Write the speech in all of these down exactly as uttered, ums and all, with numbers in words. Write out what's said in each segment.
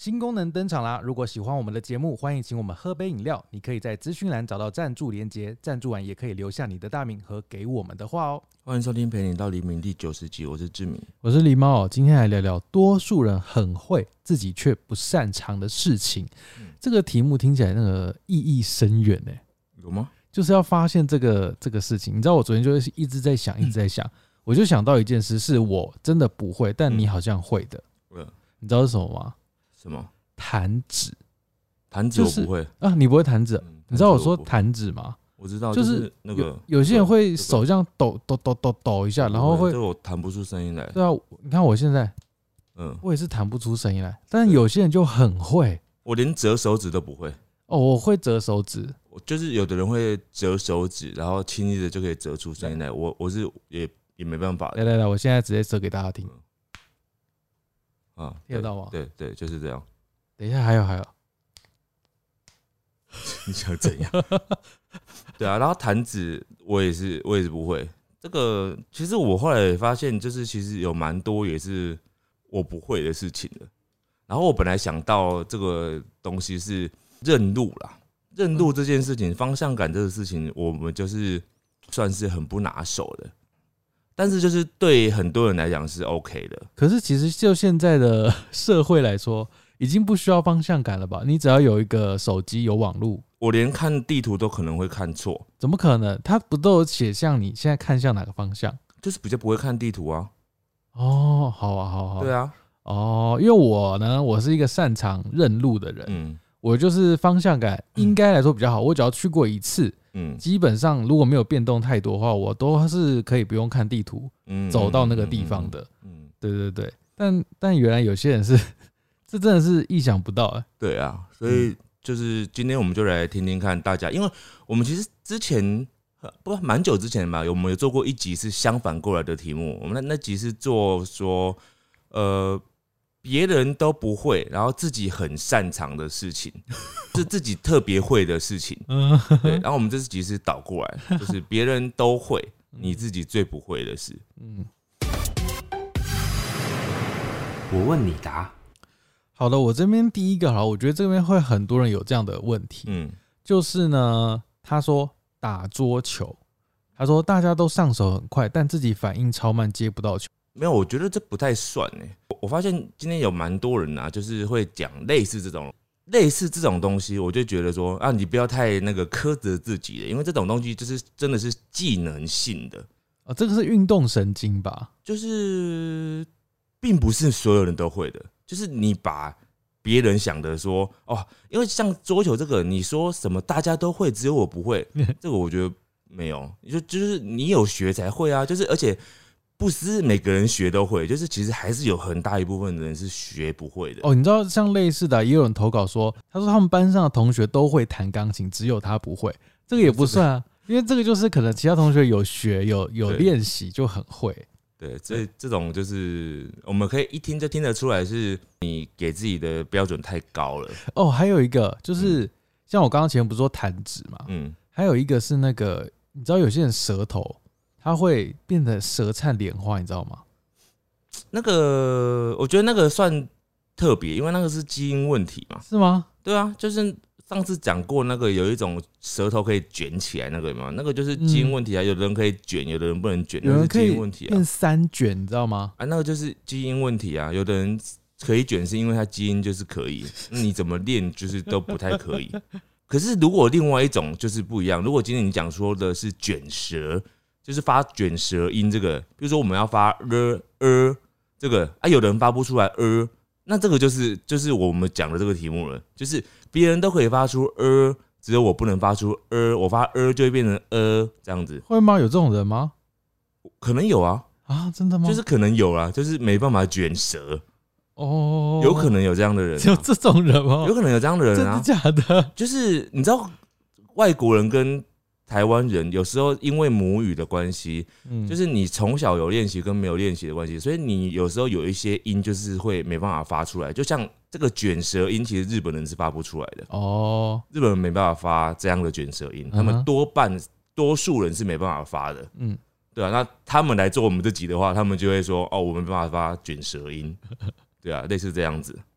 新功能登场啦！如果喜欢我们的节目，欢迎请我们喝杯饮料。你可以在资讯栏找到赞助连结，赞助完也可以留下你的大名和给我们的话哦。 欢迎收听陪你到黎明第九十集，我是志明， 我是狸猫。今天来聊聊多数人很会，自己却不擅长的事情。嗯、这个题目听起来那个意义深远呢、欸， 有吗？就是要发现这个这个事情。你知道我昨天就一直在想，一直在想，嗯、我就想到一件事，是我真的不会，但你好像会的。嗯、你知道是什么吗？ 什么？ 弹指。 弹指我不会、 就是、啊，你不会弹指、嗯？你知道我说弹指吗？ 我知道， 就是那个有, 有些人会手这样抖抖抖抖抖一下，然后会， 这我弹不出声音来。 对啊，你看我现在，嗯，我也是弹不出声音来，但有些人就很会。 我连折手指都不会。 哦，我会折手指， 就是有的人会折手指，然后轻易的就可以折出声音来。我我是也也没办法的。 来来来，我现在直接折给大家听。 嗯、啊， 听得到吗？ 对 对, 对，就是这样。 等一下，还有还有， 你想怎样？对啊，然后弹指我也是我也是不会。这个其实我后来也发现，就是其实有蛮多也是我不会的事情的。然后我本来想到这个东西是认路啦，认路这件事情，方向感这个事情，我们就是算是很不拿手的。但是就是对很多人来讲是 OK 的。 可是其实就现在的社会来说，已经不需要方向感了吧？你只要有一个手机有网路， 我连看地图都可能会看错。 怎么可能？它不都有写向你现在看向哪个方向？ 就是比较不会看地图啊。 哦，好啊，好好。 对啊。 哦，因为我呢，我是一个擅长认路的人。嗯。我就是方向感应该来说比较好。我只要去过一次，嗯，基本上如果没有变动太多的话，我都是可以不用看地图，嗯，走到那个地方的。嗯，对对对。但但原来有些人是。这真的是意想不到哎、欸！ 对啊，所以就是今天我们就来听听看大家，因为我们其实之前不蛮久之前吧，我们有做过一集是相反过来的题目。我们那那集是做说，呃，别人都不会，然后自己很擅长的事情，是自己特别会的事情。对，然后我们这集是倒过来，就是别人都会，你自己最不会的事。嗯， 我问你答。 好的，我这边第一个好，我觉得这边会很多人有这样的问题，嗯，就是呢，他说打桌球，他说大家都上手很快，但自己反应超慢，接不到球。 没有，我觉得这不太算哎。我发现今天有蛮多人啊，就是会讲类似这种类似这种东西，我就觉得说啊，你不要太那个苛责自己了，因为这种东西就是真的是技能性的啊，这个是运动神经吧， 就是并不是所有人都会的。就是你把别人想的说哦，因为像桌球这个，你说什么大家都会，只有我不会，这个我觉得没有，就就是你有学才会啊，就是而且不是每个人学都会，就是其实还是有很大一部分的人是学不会的。 哦，你知道像类似的、啊，也有人投稿说，他说他们班上的同学都会弹钢琴，只有他不会，这个也不算啊，因为这个就是可能其他同学有学有有练习就很会。 对，这这种就是我们可以一听就听得出来，是你给自己的标准太高了。 哦，还有一个就是，嗯、像我刚刚前面不是说弹指嘛，嗯，还有一个是那个，你知道有些人舌头他会变得舌灿莲花，你知道吗？ 那个我觉得那个算特别，因为那个是基因问题嘛。 是吗？ 对啊，就是上次讲过那个有一种舌头可以卷起来，那个有没有？那个就是基因问题啊，有的人可以卷，有的人不能卷， 有人可以变三卷，你知道吗？ 啊，那个就是基因问题啊，有的人可以卷是因为他基因就是可以，那你怎么练就是都不太可以。可是如果另外一种就是不一样，如果今天你讲说的是卷舌，就是发卷舌音这个，比如说我们要发呃呃这个啊，有的人发不出来呃，那这个就是就是我们讲的这个题目了，就是别人都可以发出呃，只有我不能发出呃，我发呃就会变成呃这样子。 会吗？有这种人吗？ 可能有啊。 啊，真的吗？ 就是可能有啊，就是没办法卷舌。 哦， 有可能有这样的人、啊， 有这种人吗？ 有可能有这样的人啊， 真的假的？ 就是你知道，外国人跟台湾人有时候因为母语的关系，嗯，就是你从小有练习跟没有练习的关系，所以你有时候有一些音就是会没办法发出来。就像这个卷舌音，其实日本人是发不出来的哦，日本人没办法发这样的卷舌音，他们多半多数人是没办法发的，嗯，对啊，那他们来做我们这集的话，他们就会说哦，我们没办法发卷舌音。对啊，类似这样子。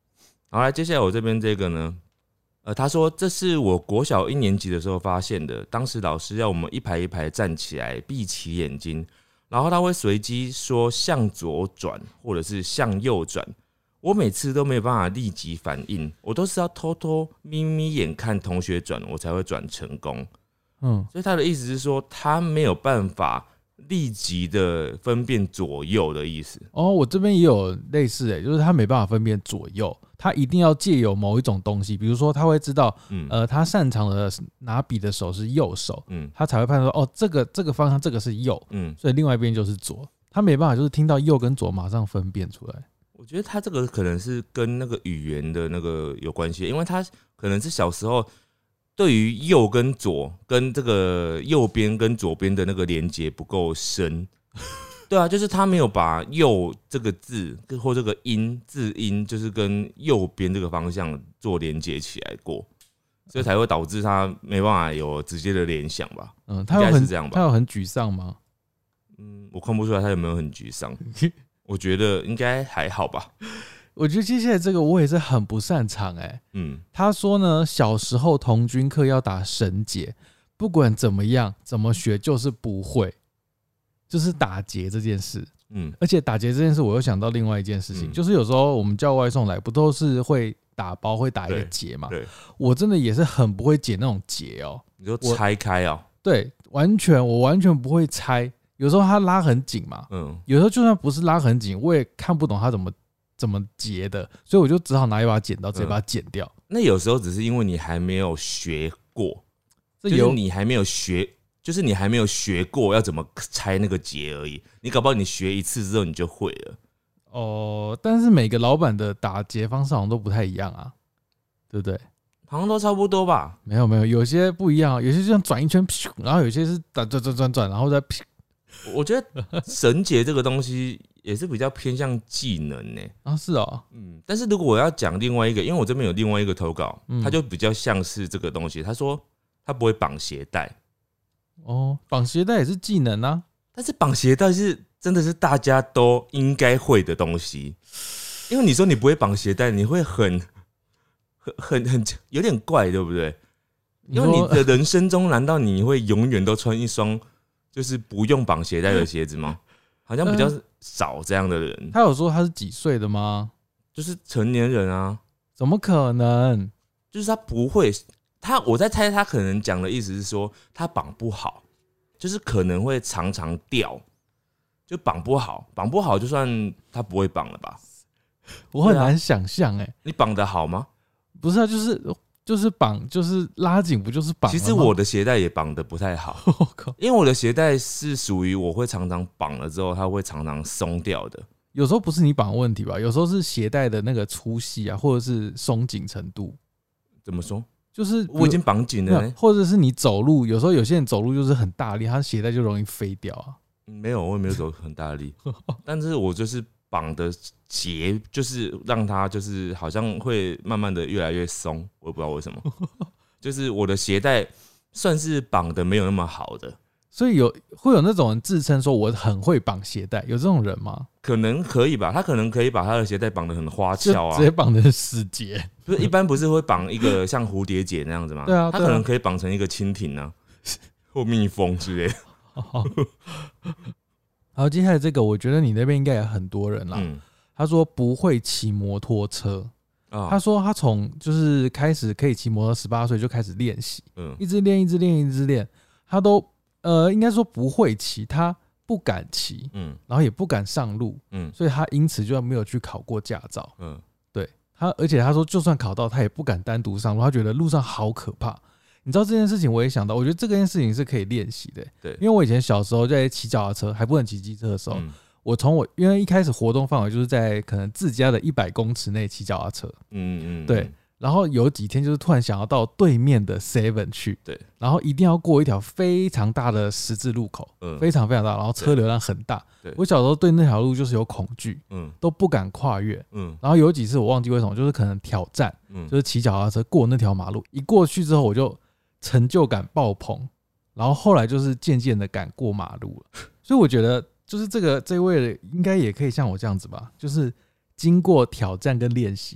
好，来接下来我这边这个呢，呃，他说这是我国小一年级的时候发现的，当时老师要我们一排一排站起来，闭起眼睛，然后他会随机说向左转或者是向右转。我每次都没有办法立即反应，我都是要偷偷眯眯眼看同学转，我才会转成功。嗯，所以他的意思是说，他没有办法立即的分辨左右的意思。 哦，我这边也有类似诶，就是他没办法分辨左右，他一定要借由某一种东西，比如说他会知道，嗯、呃，他擅长的拿笔的手是右手，嗯，他才会判断说，哦，这个这个方向这个是右，嗯，所以另外一边就是左，他没办法就是听到右跟左马上分辨出来。 我觉得他这个可能是跟那个语言的那个有关系，因为他可能是小时候对于右跟左跟这个右边跟左边的那个连接不够深。对啊，就是他没有把右这个字或这个音字音，就是跟右边这个方向做连接起来过，所以才会导致他没办法有直接的联想吧。 嗯，他有很这样吧？他有很沮丧吗？ 嗯，我看不出来他有没有很沮丧。我觉得应该还好吧。 我觉得接下来这个我也是很不擅长哎、欸。嗯，他说呢，小时候童军课要打绳结，不管怎么样怎么学就是不会，就是打结这件事。嗯，而且打结这件事，我又想到另外一件事情，嗯、就是有时候我们叫外送来，不都是会打包会打一个结嘛？对，我真的也是很不会解那种结哦、喔。 你就拆开哦、喔？ 对，完全我完全不会拆。有时候它拉很紧嘛，嗯，有时候就算不是拉很紧，我也看不懂它怎么怎么结的，所以我就只好拿一把剪刀直接把它剪掉、嗯。 那有时候只是因为你还没有学过，就是你还没有学，就是你还没有学过要怎么拆那个结而已。你搞不好你学一次之后你就会了。 哦，但是每个老板的打结方式好像都不太一样啊，对不对？ 好像都差不多吧？ 没有没有，有些不一样，有些就像转一圈，然后有些是转转转转转，然后再。 我觉得绳结这个东西也是比较偏向技能呢、欸。 啊，是哦， 嗯，但是如果我要讲另外一个，因为我这边有另外一个投稿，嗯、他就比较像是这个东西。他说他不会绑鞋带。 哦，绑鞋带也是技能啊。 但是绑鞋带是真的是大家都应该会的东西，因为你说你不会绑鞋带，你会很很很很有点怪，对不对？因为你的人生中，难道你会永远都穿一双？就是不用绑鞋带的鞋子吗？好像比较少这样的人。 他有说他是几岁的吗？ 就是成年人啊。 怎么可能？ 就是他不会，他我在猜他可能讲的意思是说他绑不好，就是可能会常常掉，就绑不好，绑不好就算他不会绑了吧？ 我很难想象哎、欸， 你绑得好吗？ 不是啊，就是。就是绑，就是拉紧，不就是绑？ 其实我的鞋带也绑得不太好，因为我的鞋带是属于我会常常绑了之后，它会常常松掉的。 有时候不是你绑的问题吧？有时候是鞋带的那个粗细啊，或者是松紧程度。 怎么说？ 就是我已经绑紧了、欸， 或者是你走路，有时候有些人走路就是很大力，他鞋带就容易飞掉啊。 没有，我也没有走很大力，但是我就是绑的结，就是让它就是好像会慢慢的越来越松，我也不知道为什么。就是我的鞋带算是绑的没有那么好的， 所以有会有那种人自称说我很会绑鞋带，有这种人吗？ 可能可以吧，他可能可以把他的鞋带绑得很花俏啊， 直接绑成死结。 不是一般不是会绑一个像蝴蝶结那样子吗？ 对啊， 他可能可以绑成一个蜻蜓啊，或蜜蜂之类的。 好，接下来这个，我觉得你那边应该有很多人啦。嗯、他说不会骑摩托车，哦、他说他从就是开始可以骑摩托，十八岁就开始练习，嗯，一直练，一直练，一直练，他都呃，应该说不会骑，他不敢骑，嗯，然后也不敢上路，嗯，所以他因此就没有去考过驾照，嗯，对他，而且他说就算考到，他也不敢单独上路，他觉得路上好可怕。你知道这件事情，我也想到，我觉得这件事情是可以练习的。对，因为我以前小时候在骑脚踏车，还不能骑机车的时候，嗯、我从我因为一开始活动范围就是在可能自家的一百公尺内骑脚踏车，嗯嗯，对。然后有几天就是突然想要到对面的 seven 去，对，然后一定要过一条非常大的十字路口，嗯，非常非常大，然后车流量很大。对，我小时候对那条路就是有恐惧，嗯，都不敢跨越，嗯。然后有几次我忘记为什么，就是可能挑战，嗯，就是骑脚踏车过那条马路，一过去之后我就。成就感爆棚，然后后来就是渐渐的敢过马路了，所以我觉得就是这个这位应该也可以像我这样子吧，就是经过挑战跟练习，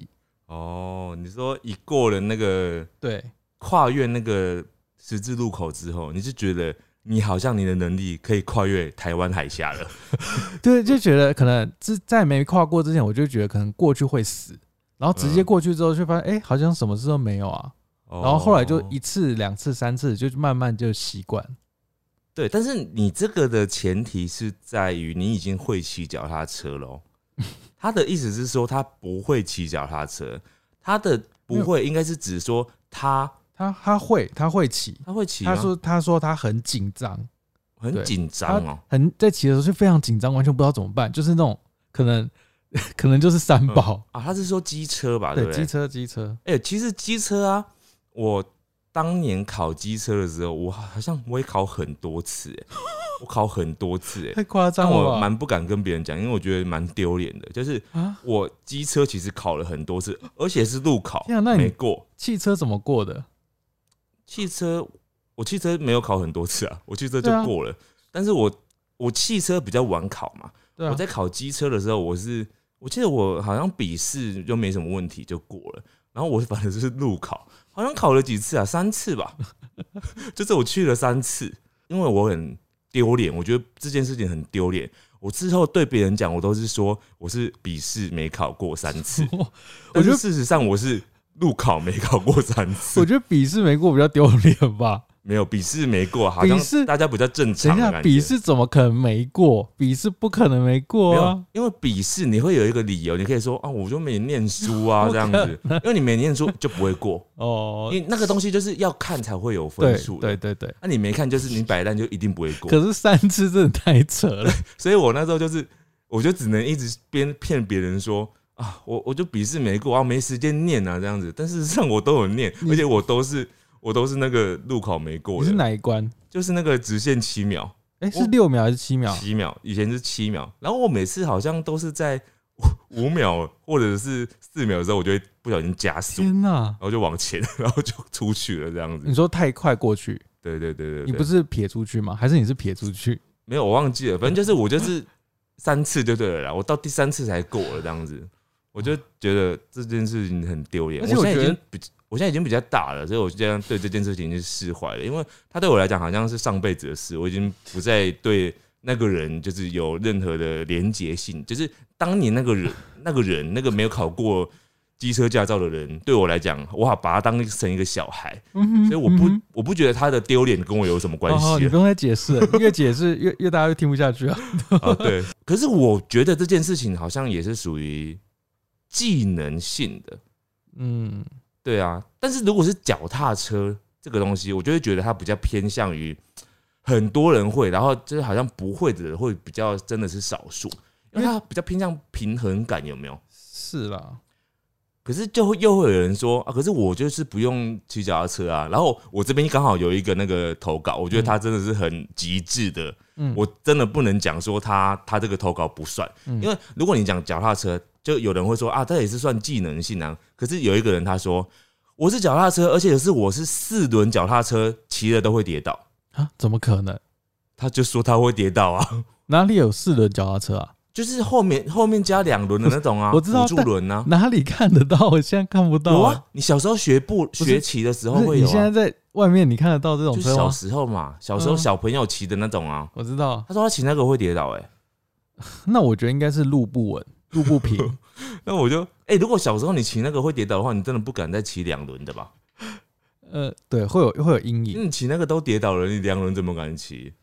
哦，你说一过了那个对跨越那个十字路口之后，你就觉得你好像你的能力可以跨越台湾海峡了。 对，就觉得可能在没跨过之前，我就觉得可能过去会死，然后直接过去之后就发现，哎、嗯欸，好像什么事都没有啊。然后后来就一次、两次、三次，就慢慢就习惯。 对，但是你这个的前提是在于你已经会骑脚踏车咯。他的意思是说他不会骑脚踏车，他的不会应该是指说他他他会他会骑， 他会骑。 他说他说他很紧张， 很紧张哦， 很在骑的时候就非常紧张，完全不知道怎么办，就是那种可能。可能就是三宝、 嗯、啊，他是说机车吧？ 对， 对不对？ 机车机车。 哎、欸，其实机车啊，我当年考机车的时候，我好像我也考很多次、欸，我考很多次、欸， 太夸张了吧。 但我蛮不敢跟别人讲，因为我觉得蛮丢脸的。就是我机车其实考了很多次，而且是路考， 天啊，那你没过。汽车怎么过的？ 汽车我汽车没有考很多次啊，我汽车就过了。啊、但是我我汽车比较晚考嘛，啊、我在考机车的时候，我是。我记得我好像笔试就没什么问题就过了，然后我反正就是路考，好像考了几次啊，三次吧，就是我去了三次，因为我很丢脸，我觉得这件事情很丢脸。我之后对别人讲，我都是说我是笔试没考过三次，我觉得事实上我是路考没考过三次。 我觉得笔试没过比较丢脸吧。 没有笔试没过，好像大家比较正常的感觉。 等一下，笔试怎么可能没过？笔试不可能没过啊！ 因为笔试你会有一个理由，你可以说啊，我就没念书啊这样子。因为你没念书就不会过哦，因为那个东西就是要看才会有分数。 对对对， 那、啊、你没看就是你摆烂就一定不会过。 可是三次真的太扯了， 所以我那时候就是，我就只能一直边骗别人说啊，我我就笔试没过啊，没时间念啊这样子。但事实上我都有念，而且我都是。我都是那个路考没过的。 你是哪一关？ 就是那个直线七秒。 哎、欸，是六秒还是七秒？ 七秒，以前是七秒。然后我每次好像都是在五秒或者是四秒的时候，我就会不小心加速。 天哪！ 然后就往前，然后就出去了这样子。 你说太快过去？ 对对对 对, 對。 你不是撇出去吗？还是你是撇出去？ 没有，我忘记了。反正就是我就是三次就对了啦。我到第三次才过了这样子。我就觉得这件事情很丢脸。 而且我觉得。 我现在已经比较大了，所以我这样对这件事情就释怀了，因为他对我来讲好像是上辈子的事，我已经不再对那个人就是有任何的连结性，就是当年那个人、那个人、那个没有考过机车驾照的人，对我来讲，我好把他当成一个小孩，所以我不我不觉得他的丢脸跟我有什么关系。 哦，你不用再解释了，越解释越越大家越听不下去啊。 啊，对。可是我觉得这件事情好像也是属于技能性的，嗯。对啊，但是如果是脚踏车这个东西，我就会觉得它比较偏向于很多人会，然后就是好像不会的人会比较真的是少数，因为它比较偏向平衡感，有没有？ 是啦， 可是就会又会有人说啊，可是我就是不用骑脚踏车啊。然后我这边刚好有一个那个投稿，我觉得他真的是很极致的，嗯，我真的不能讲说他他这个投稿不算，因为如果你讲脚踏车。就有人会说啊，这也是算技能性啊。可是有一个人他说，我是脚踏车，而且是我是四轮脚踏车，骑了都会跌倒啊？怎么可能？ 他就说他会跌倒啊。 哪里有四轮脚踏车啊？ 就是后面后面加两轮的那种啊， 我知道辅助轮啊。 哪里看得到？我现在看不到、啊。 有啊，你小时候学步学骑的时候会有、啊。 你现在在外面你看得到这种车吗？ 就小时候嘛，小时候小朋友骑的那种啊。 我知道。 他说他骑那个会跌倒、欸，哎， 那我觉得应该是路不稳。路不平， 那我就哎、欸，如果小时候你骑那个会跌倒的话，你真的不敢再骑两轮的吧？ 呃，对，会有会有阴影。 你骑那个都跌倒了，你两轮怎么敢骑？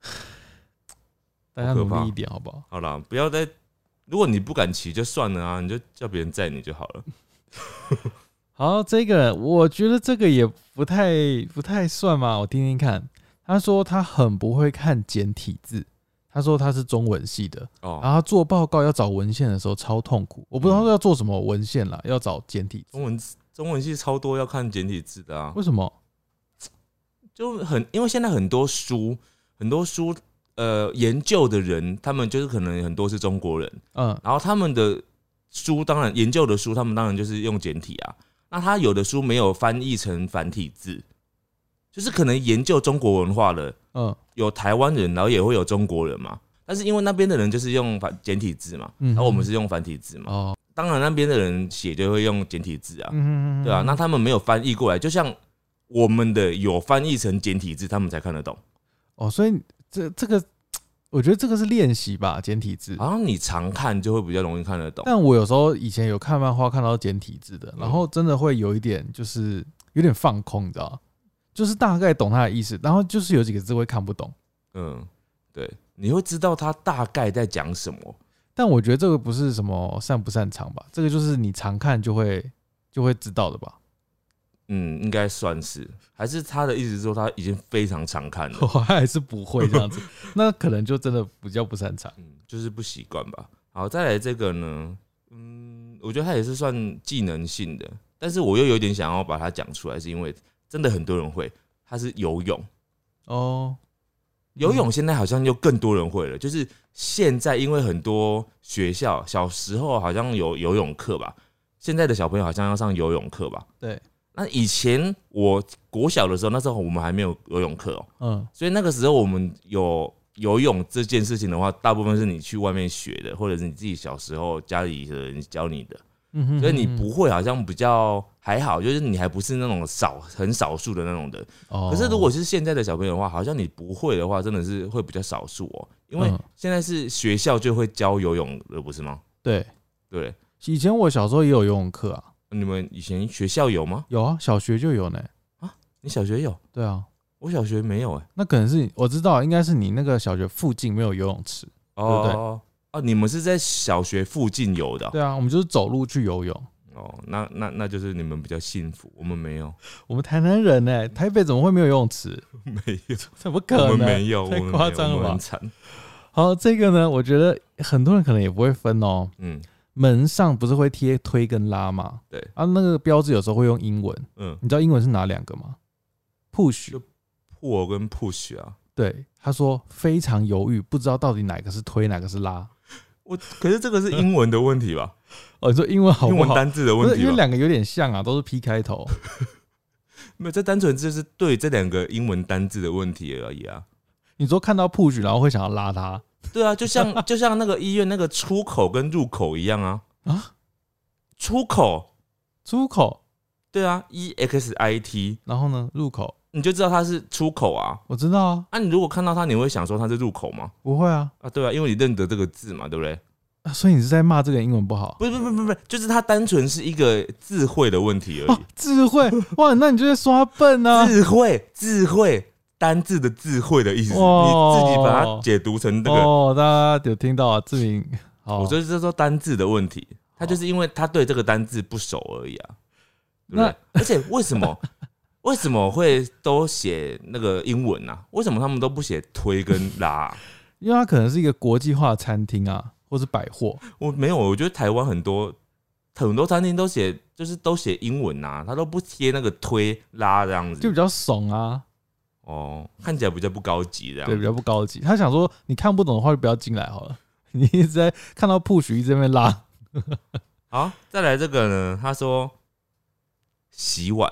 大家努力一点好不好？ 好啦，不要再，如果你不敢骑就算了啊，你就叫别人载你就好了。 好，这个我觉得这个也不太不太算嘛，我听听看。他说他很不会看简体字。他说他是中文系的，哦、然后他做报告要找文献的时候超痛苦，我不知道要做什么文献啦，要找简体字。 中文中文系超多要看简体字的啊？ 为什么？ 就很因为现在很多书，很多书，呃，研究的人，他们就是可能很多是中国人，嗯，然后他们的书，当然研究的书，他们当然就是用简体啊。那他有的书没有翻译成繁体字。就是可能研究中国文化的，嗯，有台湾人，然后也会有中国人嘛。但是因为那边的人就是用简体字嘛，然后我们是用繁体字嘛。哦， 当然那边的人写就会用简体字啊， 嗯， 对啊，那他们没有翻译过来，就像我们的有翻译成简体字，他们才看得懂。 哦，所以这这个，我觉得这个是练习吧，简体字。 好像你常看就会比较容易看得懂。 但我有时候以前有看漫画看到简体字的，然后真的会有一点就是有点放空，你知道吗？就是大概懂他的意思，然后就是有几个字会看不懂。 嗯，对，你会知道他大概在讲什么。 但我觉得这个不是什么擅不擅长吧，这个就是你常看就会就会知道的吧。 嗯，应该算是，还是他的意思是说他已经非常常看了， 我还是不会这样子，那可能就真的比较不擅长， 嗯，就是不习惯吧。好，再来这个呢，嗯，我觉得它也是算技能性的，但是我又有点想要把它讲出来，是因为真的很多人会，它是游泳哦。 游泳现在好像又更多人会了，就是现在因为很多学校小时候好像有游泳课吧，现在的小朋友好像要上游泳课吧？ 对。 那以前我国小的时候，那时候我们还没有游泳课哦，嗯，所以那个时候我们有游泳这件事情的话，大部分是你去外面学的，或者是你自己小时候家里的人教你的，嗯哼，所以你不会好像比较还好，就是你还不是那种少很少数的那种的。哦。可是如果是现在的小朋友的话，好像你不会的话，真的是会比较少数哦，因为现在是学校就会教游泳了，不是吗？ 对对， 以前我小时候也有游泳课啊。 你们以前学校有吗？ 有啊，小学就有呢。 啊，你小学有？ 对啊，我小学没有哎、欸。 那可能是我知道，应该是你那个小学附近没有游泳池，哦、对不对？ 哦，你们是在小学附近游的、喔？ 对啊，我们就是走路去游泳。 哦，那那那就是你们比较幸福，我们没有。 我们台南人呢、欸，台北怎么会没有游泳池？ 没有， 怎么可能？ 我们没有， 太夸张了吧？ 很惨。 好，这个呢，我觉得很多人可能也不会分哦。嗯。门上不是会贴推跟拉吗？ 对啊，那个标志有时候会用英文。嗯，你知道英文是哪两个吗 ？push 就 pull 跟 push 啊。 对，他说非常犹豫，不知道到底哪个是推，哪个是拉。 我可是这个是英文的问题吧？ 哦，你说英文好不好？ 英文单字的问题吧， 因为两个有点像啊，都是 P 开头。 没有，这单纯就是对这两个英文单字的问题而已啊。 你说看到 push 然后会想要拉它？ 对啊，就像就像那个医院那个出口跟入口一样啊啊，出口出口， 对啊 ，E X I T， 然后呢入口， 你就知道它是出口啊。 我知道啊， 啊，你如果看到它，你会想说它是入口吗？ 不会啊， 啊，对啊，因为你认得这个字嘛，对不对？ 啊、所以你是在骂这个英文不好？ 不是不是不是不是，就是它单纯是一个智慧的问题而已。哦、 智慧哇，那你就在刷笨啊！ 智慧智慧。单字的智慧的意思，哦、你自己把它解读成那个哦，大家有听到啊？志明， 我觉得这说单字的问题，他就是因为他对这个单字不熟而已啊，对不对？而且为什么为什么会都写那个英文啊？为什么他们都不写推跟拉、啊？ 因为它可能是一个国际化的餐厅啊，或是百货。 我没有，我觉得台湾很多很多餐厅都写，就是都写英文啊，他都不贴那个推拉这样子， 就比较怂啊。 哦，看起来比较不高级，这样对，比较不高级。他想说，你看不懂的话就不要进来好了。你一直在看到 push 一直在那边拉。 好，再来这个呢？他说洗碗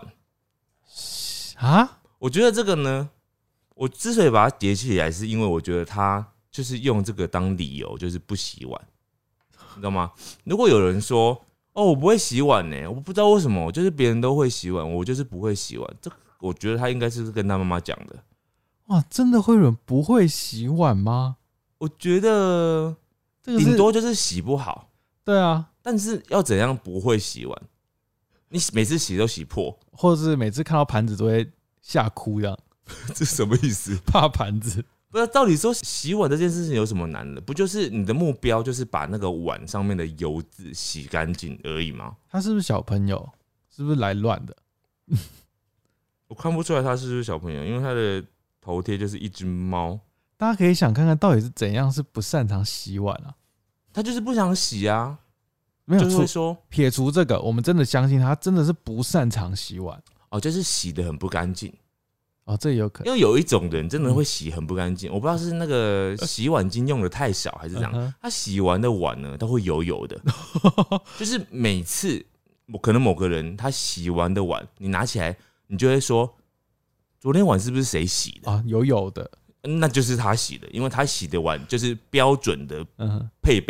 啊， 我觉得这个呢，我之所以把它叠起来，是因为我觉得他就是用这个当理由，就是不洗碗，你知道吗？如果有人说，哦，我不会洗碗呢，我不知道为什么，就是别人都会洗碗，我就是不会洗碗，这。我觉得他应该是跟他妈妈讲的。 哇，真的会有人不会洗碗吗？ 我觉得顶多就是洗不好。 对啊， 但是要怎样不会洗碗？你每次洗都洗破， 或者是每次看到盘子都会吓哭这样。 这什么意思？ 怕盘子？ 不知道到底说洗碗这件事情有什么难的？不就是你的目标就是把那个碗上面的油渍洗干净而已吗？ 他是不是小朋友？是不是来乱的？ 我看不出来他是不是小朋友，因为他的头贴就是一只猫。 大家可以想看看到底是怎样是不擅长洗碗啊？ 他就是不想洗啊， 没有就是会说撇除这个，我们真的相信他真的是不擅长洗碗哦，就是洗得很不干净哦，这也有可能。 因为有一种人真的会洗很不干净、嗯，我不知道是那个洗碗巾用的太少还是这样，嗯、他洗完的碗呢都会油油的，就是每次可能某个人他洗完的碗，你拿起来。你就会说，昨天碗是不是谁洗的啊？油油的， 那就是他洗的，因为他洗的碗就是标准的配备，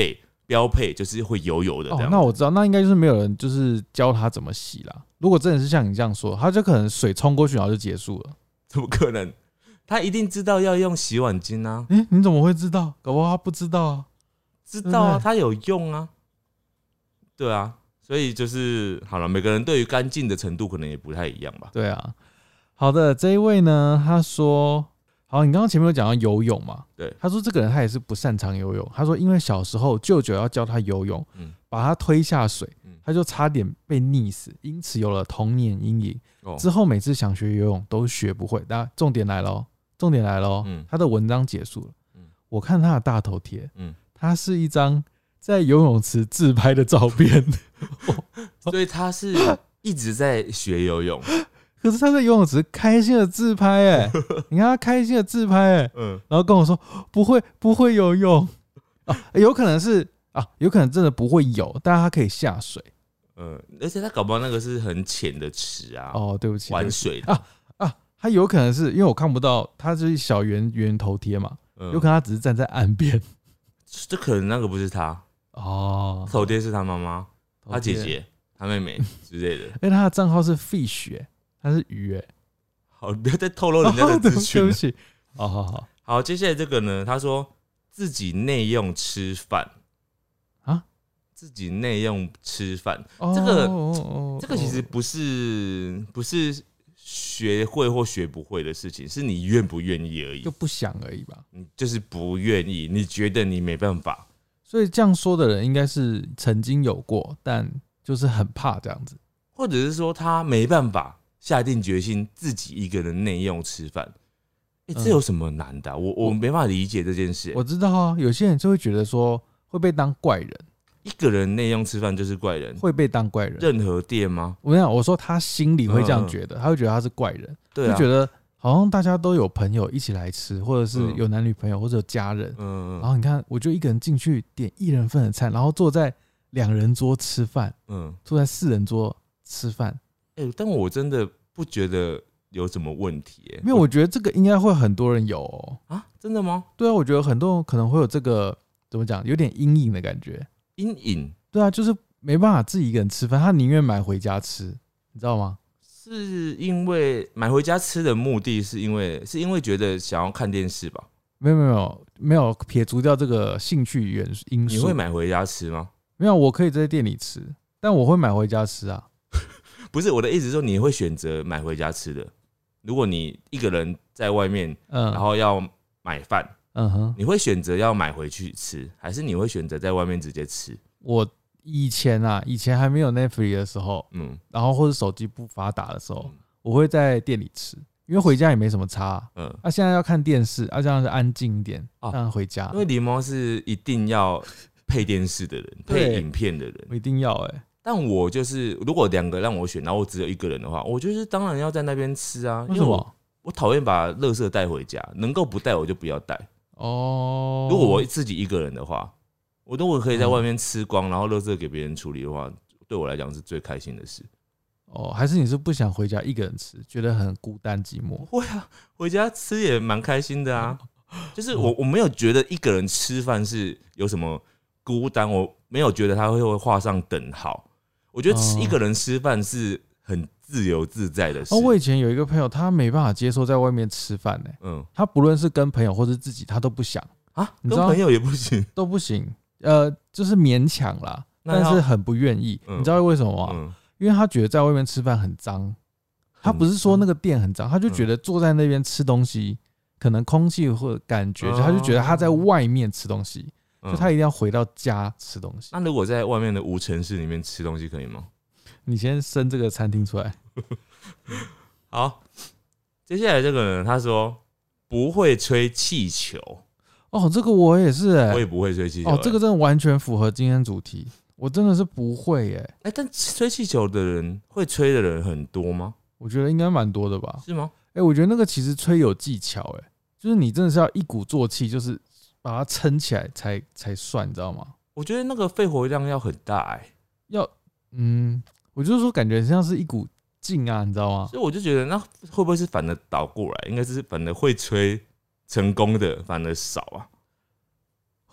标配就是会油油的这样、 哦。那我知道，那应该就是没有人就是教他怎么洗啦。如果真的是像你这样说，他就可能水冲过去然后就结束了。 怎么可能？他一定知道要用洗碗巾啊！ 哎、欸，你怎么会知道？搞不好他不知道啊。 知道啊，他有用啊。对啊，所以就是好了，每个人对于干净的程度可能也不太一样吧。 对啊。好的，这一位呢，他说，好，你刚刚前面有讲到游泳嘛？ 对。 他说这个人他也是不擅长游泳。他说因为小时候舅舅要教他游泳， 嗯， 把他推下水，他就差点被溺死，因此有了童年阴影。 哦、 之后每次想学游泳都学不会。但重点来了，重点来了、嗯，他的文章结束了。嗯、我看他的大头贴，嗯，他是一张在游泳池自拍的照片， 所以他是一直在学游泳。 可是他在游泳池开心的自拍、欸，哎，你看他开心的自拍、欸，哎，嗯，然后跟我说不会不会游泳啊，有可能是啊，有可能真的不会游，但是他可以下水。 嗯，而且他搞不好那个是很浅的池啊。 哦，对不起， 玩水的啊啊，他有可能是因为我看不到，他就是小圆圆头贴嘛、嗯，有可能他只是站在岸边。 这可能那个不是他哦， 头贴是他妈妈、他姐姐、他妹妹之类的。 因为他的账号是 fish，、欸、他是鱼哎、欸。 好，不要再透露人家的资讯、哦。 对不起。好好好， 好，接下来这个呢，他说自己内用吃饭。自己内用吃饭，这个、oh, 这个其实不是不是学会或学不会的事情，是你愿不愿意而已， 就不想而已吧。 你就是不愿意，你觉得你没办法， 所以这样说的人应该是曾经有过，但就是很怕这样子， 或者是说他没办法下定决心自己一个人内用吃饭。哎、欸，这有什么难的、啊？我我没办法理解这件事、欸。 我知道啊，有些人就会觉得说会被当怪人。 一个人内用吃饭就是怪人， 会被当怪人。 任何店吗？ 我跟你讲，我说他心里会这样觉得，嗯、他会觉得他是怪人， 对啊、 就觉得好像大家都有朋友一起来吃，或者是有男女朋友或者有家人，嗯、然后你看我就一个人进去点一人份的菜，然后坐在两人桌吃饭，嗯，坐在四人桌吃饭。 哎、欸，但我真的不觉得有什么问题、欸， 因为我觉得这个应该会很多人有、喔、 啊，真的吗？ 对啊，我觉得很多人可能会有这个怎么讲，有点阴影的感觉。 阴影， 对啊，就是没办法自己一个人吃饭，他宁愿买回家吃，你知道吗？ 是因为买回家吃的目的是因为是因为觉得想要看电视吧？ 没有没有没有，撇除掉这个兴趣元因素。 你会买回家吃吗？ 没有，我可以在店里吃，但我会买回家吃啊。 不是，我的意思是说你会选择买回家吃的。如果你一个人在外面，嗯，然后要买饭。嗯哼，你会选择要买回去吃，还是你会选择在外面直接吃？我以前啊，以前还没有 Netflix 的时候，嗯，然后或者手机不发达的时候，嗯、我会在店里吃，因为回家也没什么差、啊。嗯，啊，现在要看电视，啊，这样是安静一点，这样回家。 因为狸猫是一定要配电视的人，配影片的人， 我一定要哎、欸。 但我就是，如果两个让我选，然后我只有一个人的话，我就是当然要在那边吃啊。 为什么？ 因为我我讨厌把垃圾带回家，能够不带我就不要带。哦，如果我自己一个人的话，我如果可以在外面吃光，然后垃圾给别人处理的话，对我来讲是最开心的事。 哦，还是你是不想回家一个人吃，觉得很孤单寂寞？ 会啊，回家吃也蛮开心的啊。就是我我没有觉得一个人吃饭是有什么孤单，我没有觉得他会会画上等号。我觉得一个人吃饭是很自由自在的事。 哦，我以前有一个朋友，他没办法接受在外面吃饭呢。嗯，他不论是跟朋友或是自己，他都不想啊，跟朋友也不行， 都不行。呃，就是勉强啦，但是很不愿意。嗯、你知道为什么吗？嗯、因为他觉得在外面吃饭很脏。他不是说那个店很脏，他就觉得坐在那边吃东西，可能空气或者感觉，他就觉得他在外面吃东西，就他一定要回到家吃东西。 那如果在外面的无尘室里面吃东西可以吗？ 你先生这个餐厅出来。 好，接下来这个人他说不会吹气球。 哦，这个我也是哎、欸， 我也不会吹气球、欸。 哦，这个真的完全符合今天主题。我真的是不会哎、欸， 哎、欸，但吹气球的人会吹的人很多吗？ 我觉得应该蛮多的吧。 是吗？ 哎、欸，我觉得那个其实吹有技巧哎、欸，就是你真的是要一鼓作气，就是把它撑起来才才算，你知道吗？ 我觉得那个肺活量要很大哎、欸， 要嗯。我就是说，感觉像是一股劲啊，你知道吗？ 所以我就觉得，那会不会是反而倒过来？应该是反而会吹成功的反而少啊？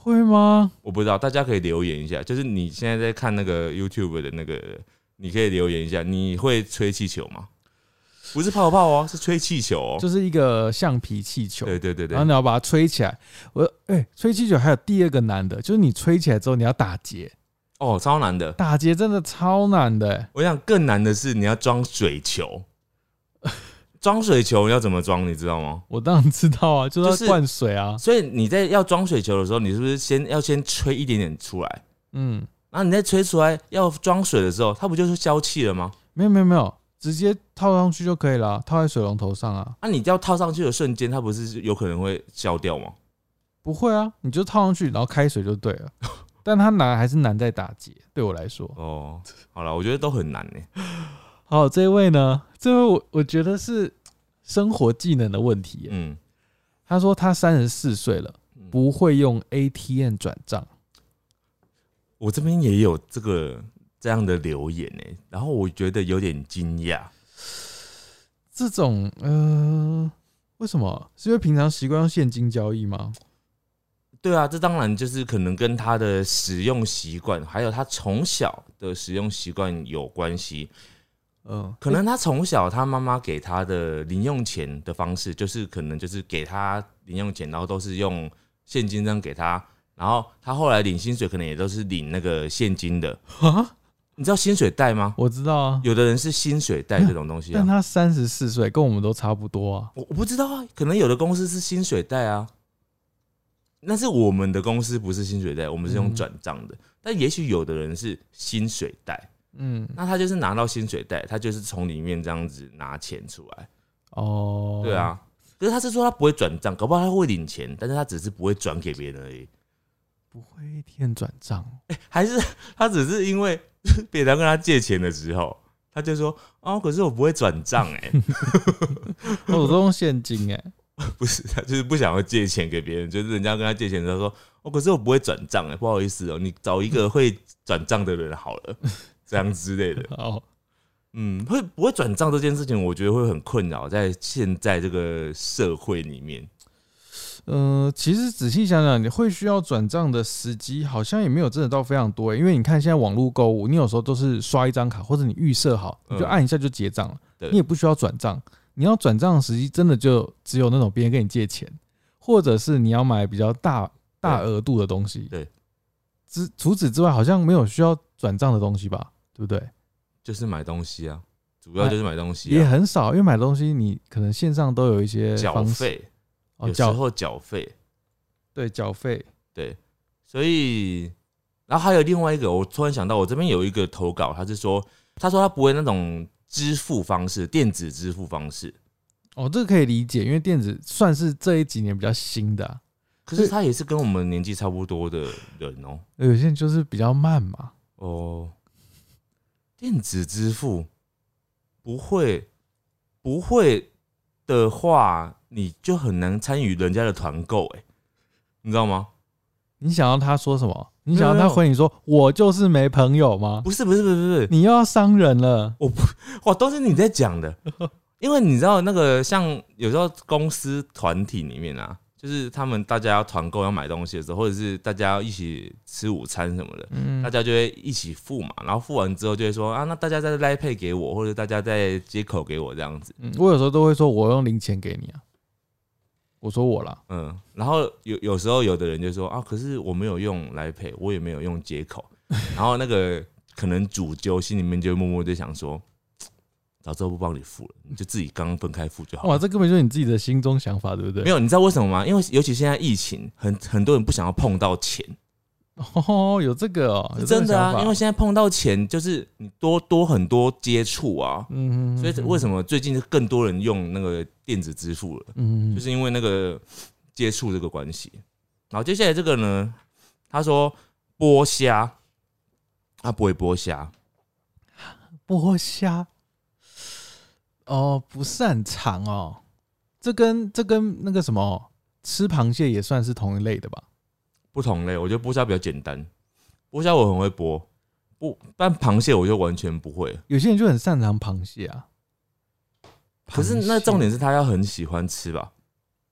会吗？ 我不知道，大家可以留言一下。就是你现在在看那个 YouTube 的那个，你可以留言一下，你会吹气球吗？不是泡泡哦，是吹气球哦， 就是一个橡皮气球。 对对对对， 然后你要把它吹起来。我哎、欸，吹气球还有第二个难的，就是你吹起来之后你要打结。 哦，超难的， 打结真的超难的、欸。 我想更难的是你要装水球。装水球你要怎么装？你知道吗？ 我当然知道啊，就是要灌水啊。 就是、所以你在要装水球的时候，你是不是先要先吹一点点出来？嗯，然后你再吹出来要装水的时候，它不就是消气了吗？ 没有没有没有。直接套上去就可以了，套在水龙头上啊。 那、啊、你要套上去的瞬间，它不是有可能会消掉吗？ 不会啊，你就套上去，然后开水就对了。但它难还是难在打结，对我来说。 哦，好了，我觉得都很难呢。 好，这位呢，这位我我觉得是生活技能的问题。嗯，他说他三十四岁了，不会用 A T M 转账。 我这边也有这个。这样的留言呢、欸，然后我觉得有点惊讶。 这种呃，为什么？是因为平常习惯用现金交易吗？ 对啊，这当然就是可能跟他的使用习惯，还有他从小的使用习惯有关系。嗯、呃，可能他从小他妈妈给他的零用钱的方式，就是可能就是给他零用钱，然后都是用现金这样给他，然后他后来领薪水可能也都是领那个现金的啊。你知道薪水袋吗？ 我知道啊， 有的人是薪水袋这种东西、啊， 但他三十四岁，跟我们都差不多啊。 我我不知道啊，可能有的公司是薪水袋啊，但是我们的公司不是薪水袋，我们是用转账的、嗯。但也许有的人是薪水袋，嗯，那他就是拿到薪水袋，他就是从里面这样子拿钱出来。哦，对啊，可是他是说他不会转账，搞不好他会领钱，但是他只是不会转给别人而已。 不会一天转账、 欸，还是他只是因为别人跟他借钱的时候，他就说哦，可是我不会转账哎， 我都用现金哎、 欸，不是，他就是不想要借钱给别人，就是人家跟他借钱的时候说哦，可是我不会转账哎，不好意思哦、喔，你找一个会转账的人好了，这样之类的。 好， 嗯，会不会转账这件事情，我觉得会很困扰，在现在这个社会里面。 呃，其实仔细想想，你会需要转账的时机好像也没有真的到非常多、欸，因为你看现在网络购物，你有时候都是刷一张卡，或者你预设好，你就按一下就结账了、嗯，你也不需要转账。你要转账的时机，真的就只有那种别人跟你借钱，或者是你要买比较大大额度的东西。 对， 之除此之外，好像没有需要转账的东西吧？对不对？ 就是买东西啊，主要就是买东西、啊， 也很少，因为买东西你可能线上都有一些缴费。有时候缴费， 对缴费， 对，所以，然后还有另外一个，我突然想到，我这边有一个投稿，他是说，他说他不会那种支付方式，电子支付方式。 哦，这个可以理解，因为电子算是这一几年比较新的、啊， 可是他也是跟我们年纪差不多的人哦、喔。 有些人就是比较慢嘛。 哦，电子支付不会，不会的话。你就很难参与人家的团购，哎，你知道吗？ 你想要他说什么？你想要他回你说我就是没朋友吗？ 不是不是不是不是， 你又要伤人了。 我不，哇，都是你在讲的，因为你知道那个像有时候公司团体里面啊，就是他们大家要团购要买东西的时候，或者是大家要一起吃午餐什么的，嗯、大家就会一起付嘛，然后付完之后就会说啊，那大家再来配给我，或者大家再接口给我这样子。 嗯，我有时候都会说我用零钱给你啊。我说我啦， 嗯，然后有有时候有的人就说啊，可是我没有用来配，我也没有用接口，然后那个可能主揪心里面就默默在想说，早知道不帮你付了，你就自己刚刚分开付就好了。 哇，这根本就是你自己的心中想法，对不对？ 没有，你知道为什么吗？因为尤其现在疫情，很很多人不想要碰到钱。 哦，有这个哦， 真的啊，因为现在碰到钱就是你多多很多接触啊，嗯，所以为什么最近更多人用那个电子支付了？嗯，就是因为那个接触这个关系。然后接下来这个呢，他说剥虾，他不会剥虾， 剥虾，哦，不擅长哦，这跟这跟那个什么吃螃蟹也算是同一类的吧？ 不同类，我觉得剥虾比较简单。剥虾我很会剥，不，但螃蟹我就完全不会。 有些人就很擅长螃蟹啊， 可是那重点是他要很喜欢吃吧？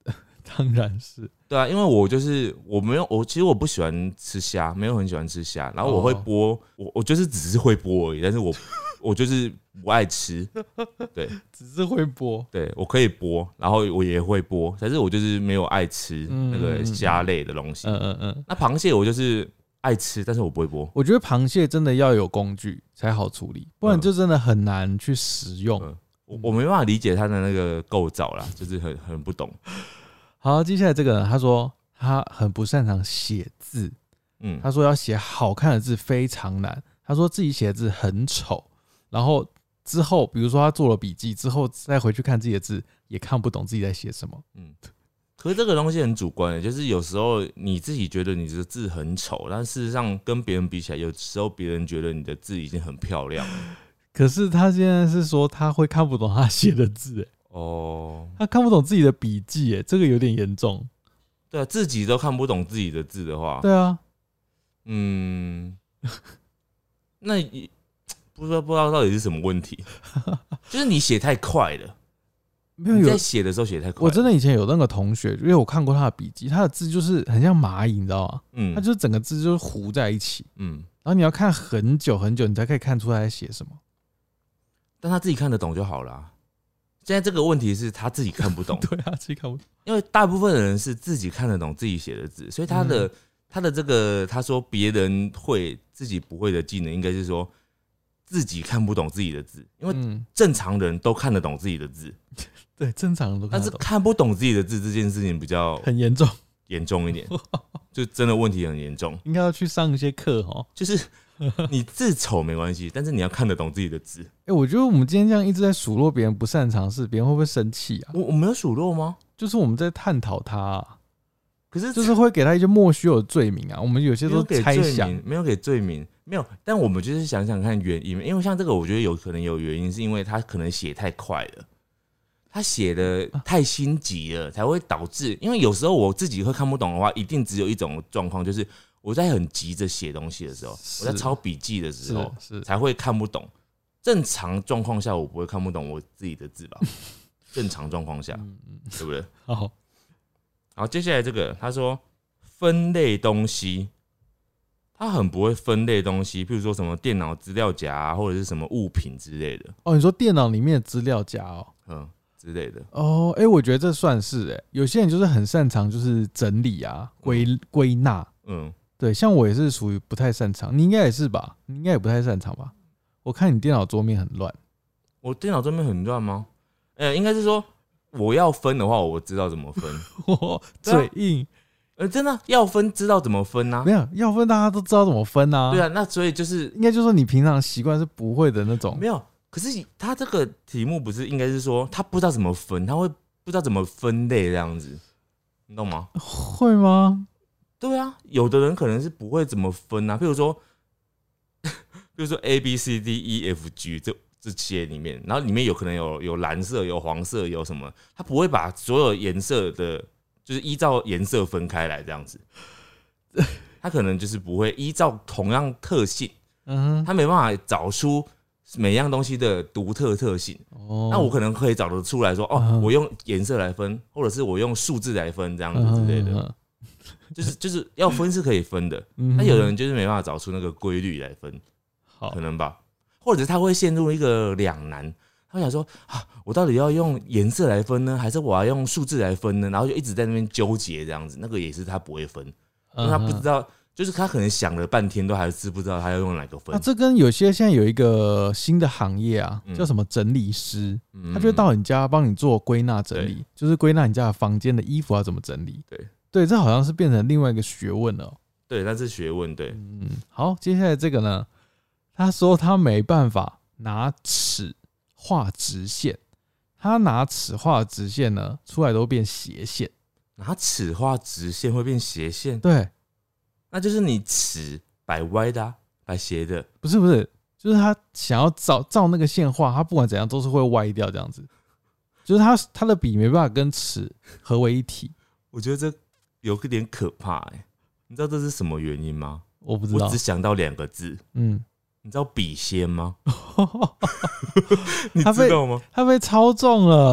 当然是。 对啊，因为我就是我没有我其实我不喜欢吃虾，没有很喜欢吃虾，然后我会剥，哦、我我就是只是会剥而已，但是我我就是不爱吃，对， 只是会剥， 对我可以剥，然后我也会剥，但是我就是没有爱吃那个虾类的东西。嗯嗯嗯。那螃蟹我就是爱吃，但是我不会剥。 我觉得螃蟹真的要有工具才好处理，不然就真的很难去食用。嗯、 我我没办法理解它的那个构造啦，就是很很不懂。 好，接下来这个人他说他很不擅长写字，嗯，他说要写好看的字非常难，他说自己写的字很丑，然后之后比如说他做了笔记之后再回去看自己的字也看不懂自己在写什么，嗯， 可是这个东西很主观的，就是有时候你自己觉得你的字很丑，但事实上跟别人比起来，有时候别人觉得你的字已经很漂亮了。 可是他现在是说他会看不懂他写的字，欸，哦，他看不懂自己的笔记，欸，这个有点严重。 对啊，自己都看不懂自己的字的话， 对啊， 嗯，那不知道不知道到底是什么问题，就是你写太快了。没有，你在写的时候写太快了。 我真的以前有那个同学，因为我看过他的笔记，他的字就是很像蚂蚁，你知道吗？嗯，他就是整个字就是糊在一起，嗯，然后你要看很久很久，你才可以看出他在写什么。 但他自己看得懂就好了啊。现在这个问题是他自己看不懂， 对啊，自己看不懂。 因为大部分的人是自己看得懂自己写的字，所以他的、嗯、他的这个他说别人会自己不会的技能，应该是说自己看不懂自己的字，因为正常人都看得懂自己的字，嗯、 对，正常人都看得懂， 但是看不懂自己的字这件事情比较很严重， 严重一点，就真的问题很严重， 应该要去上一些课哦， 就是。你字丑没关系，但是你要看得懂自己的字。哎、 欸，我觉得我们今天这样一直在数落别人不擅长事，别人会不会生气啊？ 我我没有数落吗？ 就是我们在探讨他、啊， 可是就是会给他一些莫须有的罪名啊。我们有些都猜想， 没有给罪名，没有。但我们就是想想看原因，因为像这个，我觉得有可能有原因，是因为他可能写太快了，他写的太心急了，才会导致。因为有时候我自己会看不懂的话，一定只有一种状况，就是。我在很急着写东西的时候，我在抄笔记的时候，才会看不懂。正常状况下，我不会看不懂我自己的字吧？正常状况下，对不对？好，好，接下来这个，他说分类东西，他很不会分类东西，譬如说什么电脑资料夹、啊、或者是什么物品之类的。 哦，你说电脑里面的资料夹哦， 嗯之类的。 哦，哎、欸，我觉得这算是哎、欸，有些人就是很擅长就是整理啊、归归纳，嗯。对，像我也是属于不太擅长，你应该也是吧？你应该也不太擅长吧？我看你电脑桌面很乱， 我电脑桌面很乱吗？呃、欸，应该是说我要分的话，我知道怎么分。 嘴硬， 呃、啊欸，真的要分，知道怎么分啊？ 没有要分，大家都知道怎么分啊。 对啊，那所以就是应该就是说你平常习惯是不会的那种。 没有，可是他这个题目不是应该是说他不知道怎么分，他会不知道怎么分类这样子，你懂吗？ 会吗？ 对啊，有的人可能是不会怎么分啊，譬如说，譬如说 A B C D E F G 这这些里面，然后里面有可能有有蓝色、有黄色、有什么，他不会把所有颜色的，就是依照颜色分开来这样子，他可能就是不会依照同样特性，嗯，他没办法找出每样东西的独特特性。哦，那我可能可以找得出来说，哦，我用颜色来分，或者是我用数字来分这样子之类的。就是就是要分是可以分的，那有的人就是没办法找出那个规律来分，可能吧，或者他会陷入一个两难，他会想说啊，我到底要用颜色来分呢，还是我要用数字来分呢？然后就一直在那边纠结这样子，那个也是他不会分，因为他不知道，就是他可能想了半天都还是不知道他要用哪个分。 啊，这跟有些现在有一个新的行业啊，叫什么整理师，嗯、他就会到你家帮你做归纳整理，就是归纳你家的房间的衣服要怎么整理。对。对，这好像是变成另外一个学问了、喔。 对，那是学问。对， 嗯，好，接下来这个呢，他说他没办法拿尺画直线，他拿尺画直线呢，出来都变斜线。 拿尺画直线会变斜线？ 对， 那就是你尺摆歪的、啊，摆斜的。 不是不是，就是他想要照照那个线画，他不管怎样都是会歪掉这样子。就是他他的笔没办法跟尺合为一体。 我觉得这。有一点可怕哎、欸，你知道这是什么原因吗？ 我不知道， 我只想到两个字，嗯，你知道笔仙吗？你知道吗？ 他被操纵了，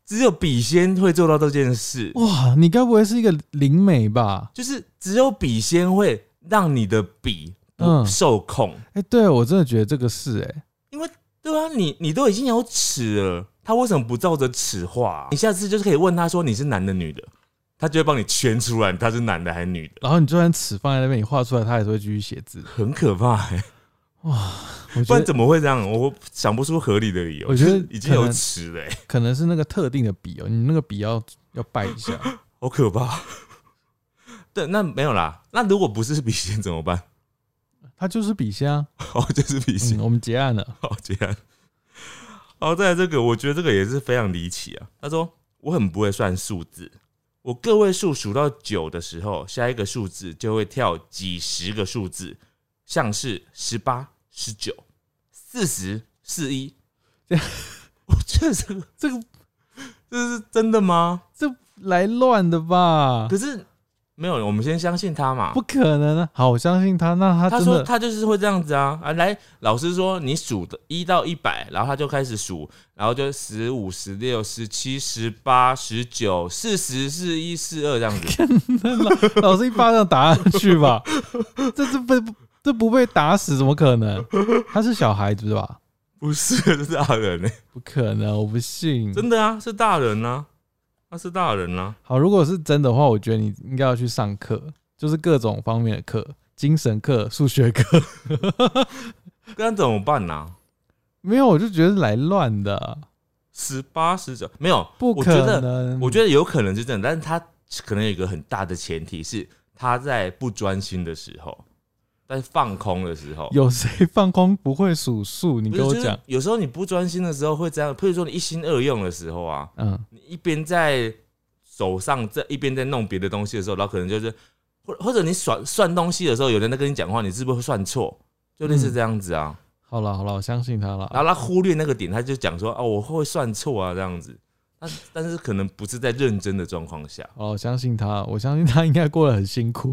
只有笔仙会做到这件事。 哇，你该不会是一个灵媒吧？ 就是只有笔仙会让你的笔不受控。哎、 嗯欸，对我真的觉得这个是哎、欸， 因为对啊，你你都已经有尺了，他为什么不照着尺画、啊？你下次就是可以问他说你是男的女的，他就会帮你圈出来他是男的还是女的。 然后你就算尺放在那边，你画出来，他还是会继续写字， 很可怕哎、欸。哇，不然怎么会这样？我想不出合理的理由。 我觉得已经有尺了、欸， 可能是那个特定的笔哦、喔，你那个笔要要拜一下， 好可怕。对，那没有啦。那如果不是笔仙怎么办？ 他就是笔仙啊， 哦，就是笔仙、 嗯。我们结案了， 好结案。好，再来这个，我觉得这个也是非常离奇啊。他说我很不会算数字，我个位数数到九的时候，下一个数字就会跳几十个数字。像是十八、十九、四十、四一，我觉得这个这个这是真的吗？ 这来乱的吧？ 可是没有，我们先相信他嘛。 不可能啊！好，我相信他。那他真的他说他就是会这样子啊啊！来，老师说你数的一到一百，然后他就开始数，然后就十五、十六、十七、十八、十九、四十、四一、四二这样子。 老师一巴掌打下去吧，这是不。这不被打死怎么可能？他是小孩子吧？ 不是，是大人、欸、 不可能，我不信。 真的啊，是大人啊，他是大人啊。 好，如果是真的话，我觉得你应该要去上课，就是各种方面的课，精神课、数学课。 那怎么办呢、啊？ 没有，我就觉得是来乱的。 十八、十九，没有， 不可能。 我觉得有可能是真的，但是他可能有一个很大的前提是他在不专心的时候。在放空的时候， 有谁放空不会数数？你跟我讲、就是， 有时候你不专心的时候会这样。譬如说你一心二用的时候啊，嗯，你一边在手上在一边在弄别的东西的时候，然后可能就是或或者你算算东西的时候，有人在跟你讲话，你是不是会算错？就类似这样子啊。 嗯、好了好了，我相信他了。 然后他忽略那个点，他就讲说啊，我会算错啊这样子。但但是可能不是在认真的状况下。 哦，我相信他，我相信他应该过得很辛苦。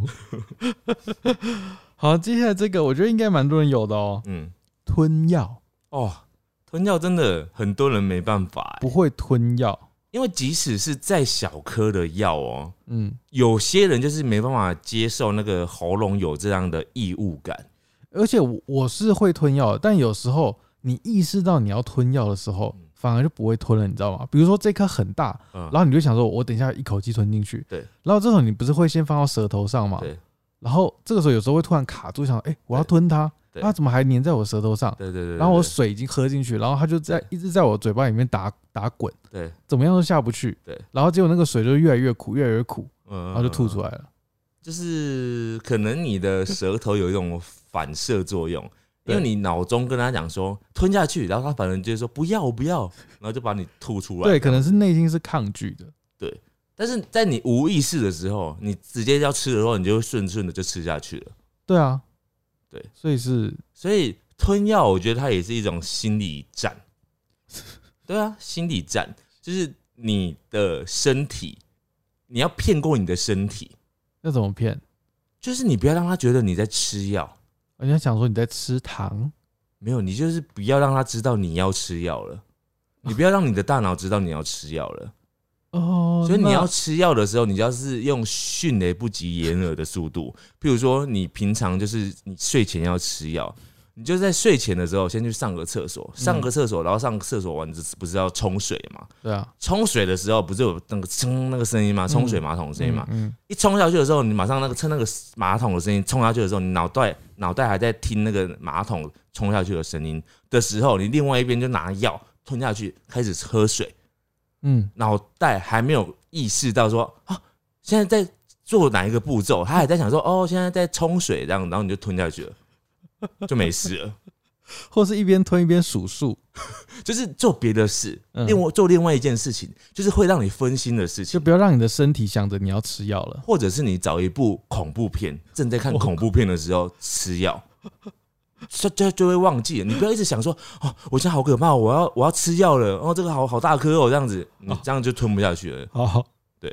好，接下来这个我觉得应该蛮多人有的哦、喔。嗯，吞药哦，吞药真的很多人没办法、欸， 不会吞药， 因为即使是再小颗的药哦，嗯，有些人就是没办法接受那个喉咙有这样的异物感。 而且我是会吞药的，但有时候你意识到你要吞药的时候，反而就不会吞了，你知道吗？比如说这颗很大，嗯、然后你就想说，我等一下一口气吞进去， 对， 然后这时候你不是会先放到舌头上吗？ 对。 然后这个时候有时候会突然卡住，想，哎、欸，我要吞它，它怎么还粘在我舌头上？ 对对 对, 對。 然后我水已经喝进去，然后它就在一直在我嘴巴里面打打滚， 对， 怎么样都下不去。 对。 然后结果那个水就越来越苦，越来越苦，嗯、然后就吐出来了。 就是可能你的舌头有一种反射作用，因为你脑中跟他讲说吞下去，然后他反而就是说不要，我不要，然后就把你吐出来。 对，可能是内心是抗拒的。 对。但是在你无意识的时候，你直接要吃的时候，你就会顺顺的就吃下去了。 对啊， 对， 所以是， 所以吞药，我觉得它也是一种心理战。对啊，心理战就是你的身体，你要骗过你的身体。 要怎么骗？ 就是你不要让他觉得你在吃药， 人家想说你在吃糖， 没有，你就是不要让他知道你要吃药了，你不要让你的大脑知道你要吃药了。哦，所以你要吃药的时候，你要是用迅雷不及掩耳的速度，譬如说你平常就是你睡前要吃药，你就在睡前的时候先去上个厕所，上个厕所，然后上个厕所完不是要冲水嘛？对啊，冲水的时候不是有那个冲那个声音吗？冲水马桶的声音嘛，嗯，一冲下去的时候，你马上那个趁那个马桶的声音冲下去的时候，你脑袋脑袋还在听那个马桶冲下去的声音的时候，你另外一边就拿药吞下去，开始喝水。嗯，脑袋还没有意识到说啊，现在在做哪一个步骤，他还在想说哦，现在在冲水这样，然后你就吞下去了，就没事了。 或是一边吞一边数数， 就是做别的事，另外做另外一件事情，就是会让你分心的事情， 就不要让你的身体想着你要吃药了， 或者是你找一部恐怖片，正在看恐怖片的时候吃药。就就就会忘记了，你不要一直想说哦，我现在好可怕，我要我要吃药了，哦，这个好好大颗哦，这样子，你这样就吞不下去了。哦，对，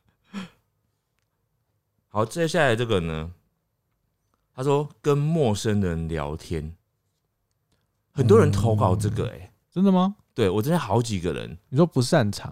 好，接下来这个呢，他说跟陌生人聊天，很多人投稿这个、欸，哎、嗯， 真的吗？ 对我这边好几个人， 你说不擅长哦，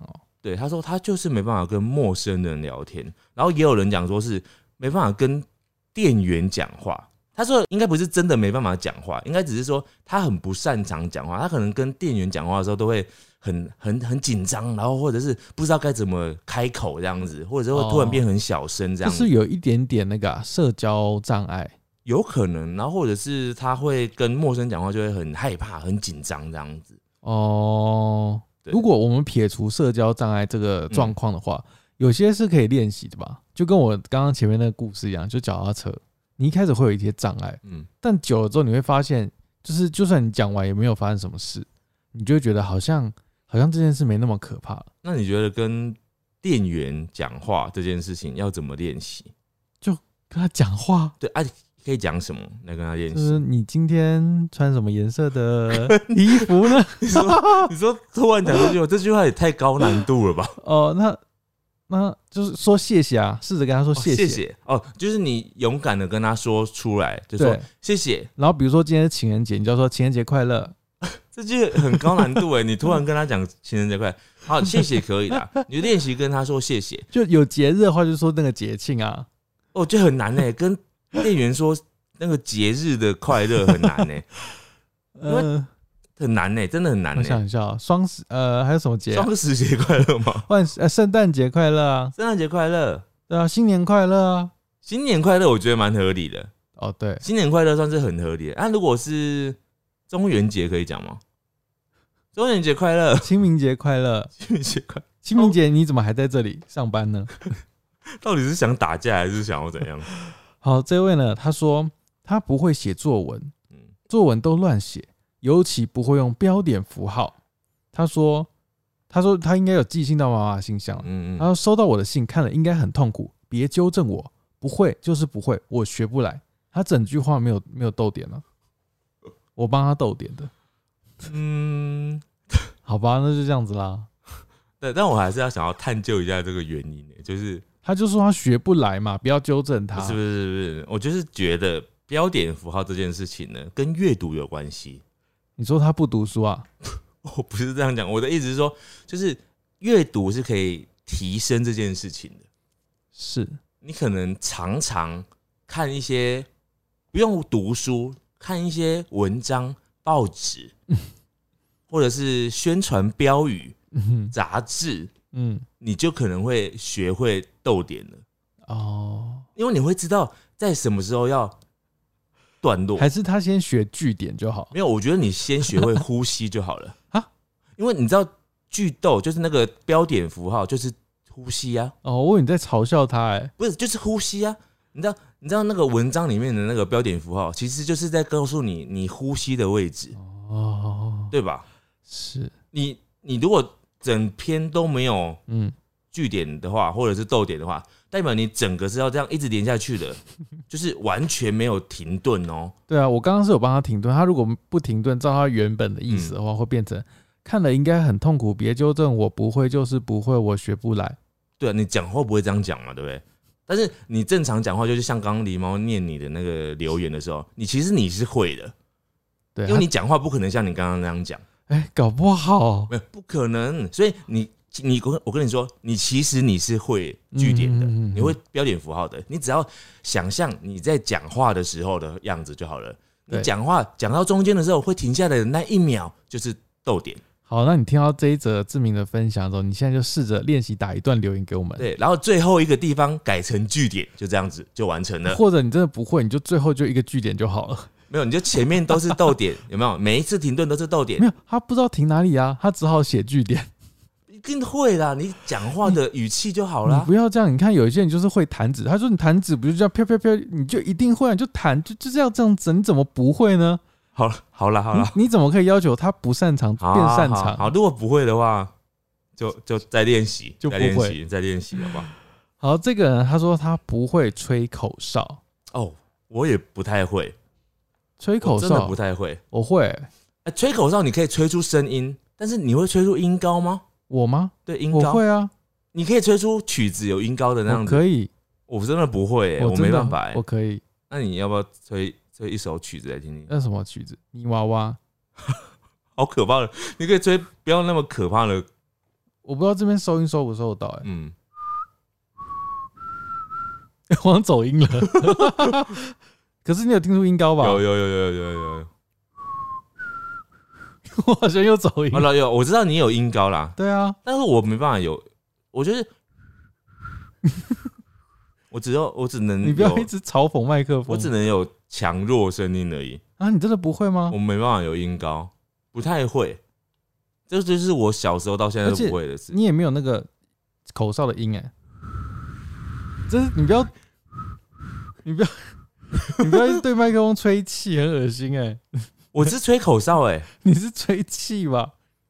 对，他说他就是没办法跟陌生人聊天，然后也有人讲说是没办法跟店员讲话。他说应该不是真的没办法讲话，应该只是说他很不擅长讲话，他可能跟店员讲话的时候都会很很很紧张，然后或者是不知道该怎么开口这样子，或者是会突然变很小声这样子， 就是有一点点那个、啊、社交障碍， 有可能，然后或者是他会跟陌生人讲话就会很害怕、很紧张这样子。 哦，如果我们撇除社交障碍这个状况的话、嗯，有些是可以练习的吧？就跟我刚刚前面那个故事一样，就脚踏车。你一开始会有一些障碍，嗯，但久了之后你会发现，就是就算你讲完也没有发生什么事，你就会觉得好像好像这件事没那么可怕了。 那你觉得跟店员讲话这件事情要怎么练习？ 就跟他讲话， 对啊，可以讲什么来跟他练习？ 就是你今天穿什么颜色的衣服呢？ 你说你说突然讲这句话，这句话也太高难度了吧？ 哦，那。那就是说谢谢啊，试着跟他说谢谢， 哦、谢谢哦，就是你勇敢的跟他说出来，就说谢谢。 然后比如说今天是情人节，你就要说情人节快乐， 这句很高难度哎，你突然跟他讲情人节快乐，好，谢谢可以啦，你练习跟他说谢谢。 就有节日的话，就说那个节庆啊， 哦，就很难哎，跟店员说那个节日的快乐很难哎，因为。很难呢、欸，真的很难、欸。 我想一下，双十呃还有什么节、啊？ 双十节快乐吗？ 万呃圣诞节快乐啊！ 圣诞节快乐， 对啊，新年快乐啊！ 新年快乐，我觉得蛮合理的。 哦，对， 新年快乐算是很合理的。那、啊、如果是中元节可以讲吗？中元节快乐， 清明节快乐， 清明节快乐， 清明节你怎么还在这里上班呢？ 到底是想打架还是想要怎样？ 好，这位呢，他说他不会写作文，作文都乱写。尤其不会用标点符号。他说：“他说他应该有寄信到妈妈的信箱。嗯嗯，他说收到我的信，看了应该很痛苦，别纠正我，不会就是不会，我学不来。”他整句话没有没有逗点了，我帮他逗点的。嗯，好吧，那就这样子啦。 对，但我还是要想要探究一下这个原因，就是他就说他学不来嘛，不要纠正他。 不是不是不是，我就是觉得标点符号这件事情呢，跟阅读有关系。 你说他不读书啊？ 我不是这样讲，我的意思是说，就是阅读是可以提升这件事情的。 是你可能常常看一些不用读书，看一些文章、报纸，或者是宣传标语、杂志，嗯，你就可能会学会逗点了。哦，因为你会知道在什么时候要。段落还是他先学句点就好？ 没有，我觉得你先学会呼吸就好了啊，因为你知道句逗就是那个标点符号就是呼吸啊。 哦，我以为你在嘲笑他哎、欸， 不是，就是呼吸啊。你知道，你知道那个文章里面的那个标点符号，其实就是在告诉你你呼吸的位置，哦，对吧？ 是你你如果整篇都没有嗯句点的话，或者是逗点的话。代表你整个是要这样一直连下去的，就是完全没有停顿哦。 对啊，我刚刚是有帮他停顿，他如果不停顿，照他原本的意思的话，嗯、会变成看了应该很痛苦，别纠正我，不会就是不会，我学不来。 对啊，你讲话不会这样讲嘛，对不对？但是你正常讲话，就是像刚刚狸猫念你的那个留言的时候，你其实你是会的，对，因为你讲话不可能像你刚刚那样讲， 哎、欸，搞不好没有不可能，所以你。你我跟你说，你其实你是会句点的，你会标点符号的。你只要想象你在讲话的时候的样子就好了。你讲话讲到中间的时候会停下来的那一秒就是逗点。 好，那你听到这一则志明的分享之后，你现在就试着练习打一段留言给我们。 对，然后最后一个地方改成句点，就这样子就完成了。 或者你真的不会，你就最后就一个句点就好了。 没有，你就前面都是逗点，有没有？每一次停顿都是逗点。 没有，他不知道停哪里啊，他只好写句点。 一定会啦，你讲话的语气就好啦。 你不要这样，你看有一些人就是会弹指，他说你弹指不就这样飘飘飘，你就一定会，你就弹，就就这样这样子，你怎么不会呢？ 好了好了好了， 你怎么可以要求他不擅长变擅长？ 好, 好, 好, 好，如果不会的话，就就再练习， 就不会再练习，好不好？ 好，这个人他说他不会吹口哨。 哦，我也不太会吹口哨， 真的不太会。 我会、 欸，吹口哨你可以吹出声音，但是你会吹出音高吗？ 我吗？ 对，音高我会啊。 你可以吹出曲子有音高的那样子。 我可以， 我真的不会、欸， 我, 我没办法、欸。 我可以。 那你要不要吹吹一首曲子来听听？ 那什么曲子？泥娃娃。 好可怕的！你可以吹不要那么可怕的我不知道这边收音收不收得到、欸，哎， 嗯， 我好像走音了。可是你有听出音高吧？ 有有有有有有有， 我好像又走音了。 好了，有我知道你有音高啦， 对啊， 但是我没办法有，我觉得我只有我只能你不要一直嘲讽麦克风， 我只能有强弱声音而已啊！你真的不会吗？ 我没办法有音高，不太会。这就是我小时候到现在都不会的事。 你也没有那个口哨的音哎、欸，这是你不要，你不要，你不要一直对麦克风吹气，很恶心哎、欸。 我是吹口哨哎、欸， 你是吹气吧？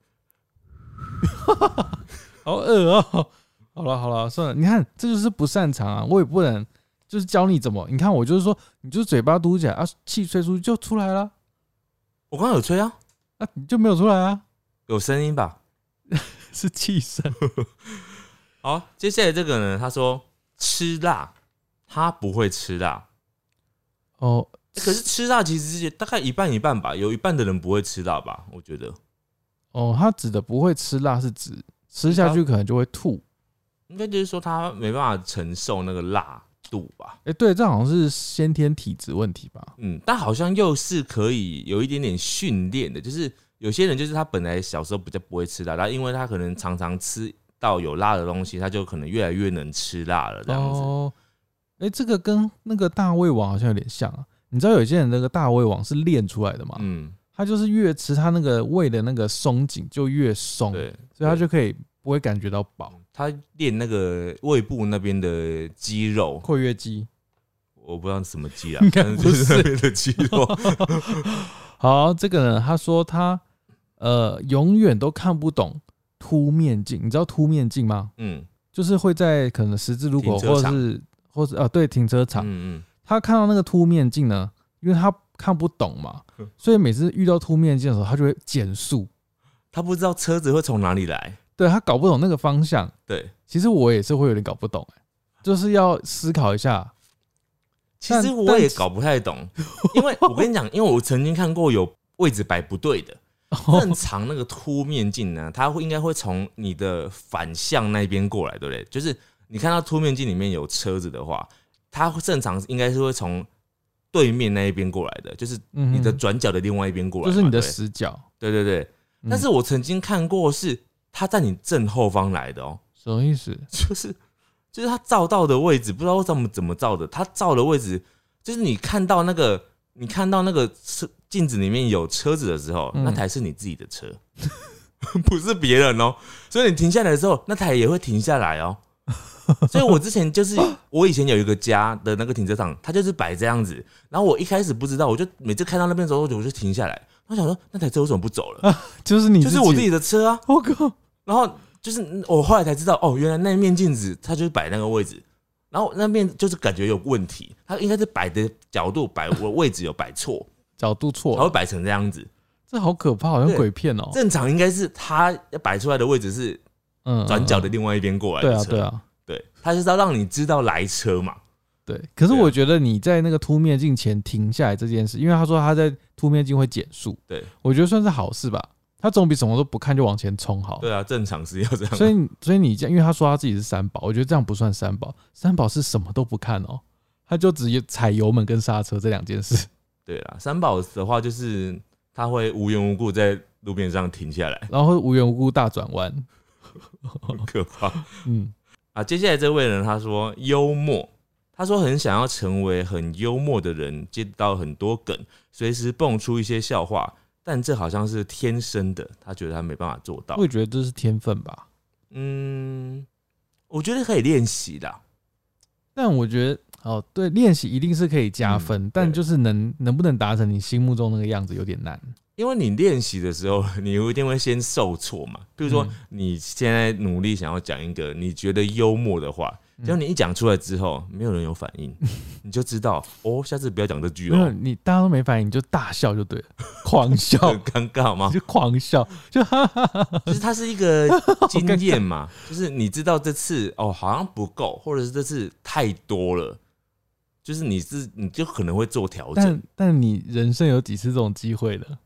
好恶哦、喔！好了好了，算了，你看这就是不擅长啊，我也不能就是教你怎么。你看我就是说，你就是嘴巴嘟起来啊，气吹出去就出来了。 我刚刚有吹啊， 啊你就没有出来啊？ 有声音吧？ 是气声。 好，接下来这个呢，他说吃辣，他不会吃辣。 哦， 可是吃辣其实是大概一半一半吧，有一半的人不会吃辣吧？我觉得。 哦，他指的不会吃辣是指吃下去可能就会吐。 应该就是说他没办法承受那个辣度吧？ 哎、欸，对，这好像是先天体质问题吧？ 嗯，但好像又是可以有一点点训练的，就是有些人就是他本来小时候比较不会吃辣，然后因为他可能常常吃到有辣的东西，他就可能越来越能吃辣了，这样子。 哦，哎、欸，这个跟那个大胃王好像有点像啊。你知道有些人那个大胃王是练出来的吗？嗯，他就是越吃他那个胃的那个松紧就越松，对，所以他就可以不会感觉到饱。 他练那个胃部那边的肌肉， 括约肌， 我不知道什么肌啊， 应该不是那边的肌肉。 好，这个呢，他说他呃永远都看不懂凸面镜，你知道凸面镜吗？嗯，就是会在可能十字路口或者是或者啊对停车场，嗯嗯，他看到那个凸面镜呢，因为他看不懂嘛，所以每次遇到凸面镜的时候，他就会减速， 他不知道车子会从哪里来。 对，他搞不懂那个方向， 对， 其实我也是会有点搞不懂、欸，就是要思考一下。 其实我也搞不太懂，因为我跟你讲，因为我曾经看过有位置摆不对的，正常那个凸面镜呢，它会应该会从你的反向那边过来，对不对？就是你看到凸面镜里面有车子的话，它正常应该是会从对面那一边过来的，就是你的转角的另外一边过来， 就是你的死角。 对对对，嗯、但是我曾经看过是。他在你正后方来的哦， 什么意思？ 就是就是他照到的位置，不知道怎么怎么照的。他照的位置，就是你看到那个，你看到那个车镜子里面有车子的时候，嗯、那台是你自己的车，不是别人哦。所以你停下来的时候，那台也会停下来哦。所以我之前就是我以前有一个家的那个停车场，它就是摆这样子。然后我一开始不知道，我就每次开到那边的时候，我就停下来。我想说，那台车为什么不走了？啊、 就是你， 就是我自己的车啊！ 我靠！ 然后就是我后来才知道，哦，原来那面镜子它就是摆那个位置，然后那面就是感觉有问题，它应该是摆的角度摆我位置有摆错， 角度错， 才会摆成这样子。 这好可怕，好像鬼片哦。 正常应该是它摆出来的位置是转角的另外一边过来的车， 对啊，对啊， 对，它就是要让你知道来车嘛。 对，可是我觉得你在那个凸面镜前停下来这件事，因为他说他在凸面镜会减速，对，我觉得算是好事吧。他总比什么都不看就往前冲好。 对啊，正常是要这样。 所以，所以你这样，因为他说他自己是三宝，我觉得这样不算三宝。三宝是什么都不看哦，他就直接踩油门跟刹车这两件事。 对啦，三宝的话就是他会无缘无故在路边上停下来， 然后会无缘无故大转弯， 很可怕。嗯，啊，接下来这位人他说幽默。他说很想要成为很幽默的人，接到很多梗，随时蹦出一些笑话，但这好像是天生的，他觉得他没办法做到。 我也觉得这是天分吧。 嗯，我觉得可以练习的。 但我觉得，哦，对，练习一定是可以加分，嗯、但就是能能不能达成你心目中那个样子有点难。 因为你练习的时候，你一定会先受挫嘛。比如说，你现在努力想要讲一个你觉得幽默的话。结果你一讲出来之后，没有人有反应，你就知道哦，下次不要讲这句哦。 没有，你大家都没反应，你就大笑就对了，狂笑， 很尴尬吗？ 就狂笑，就哈哈哈哈。 就是它是一个经验嘛，就是你知道这次哦好像不够，或者是这次太多了，就是你是你就可能会做调整。 但但你人生有几次这种机会了？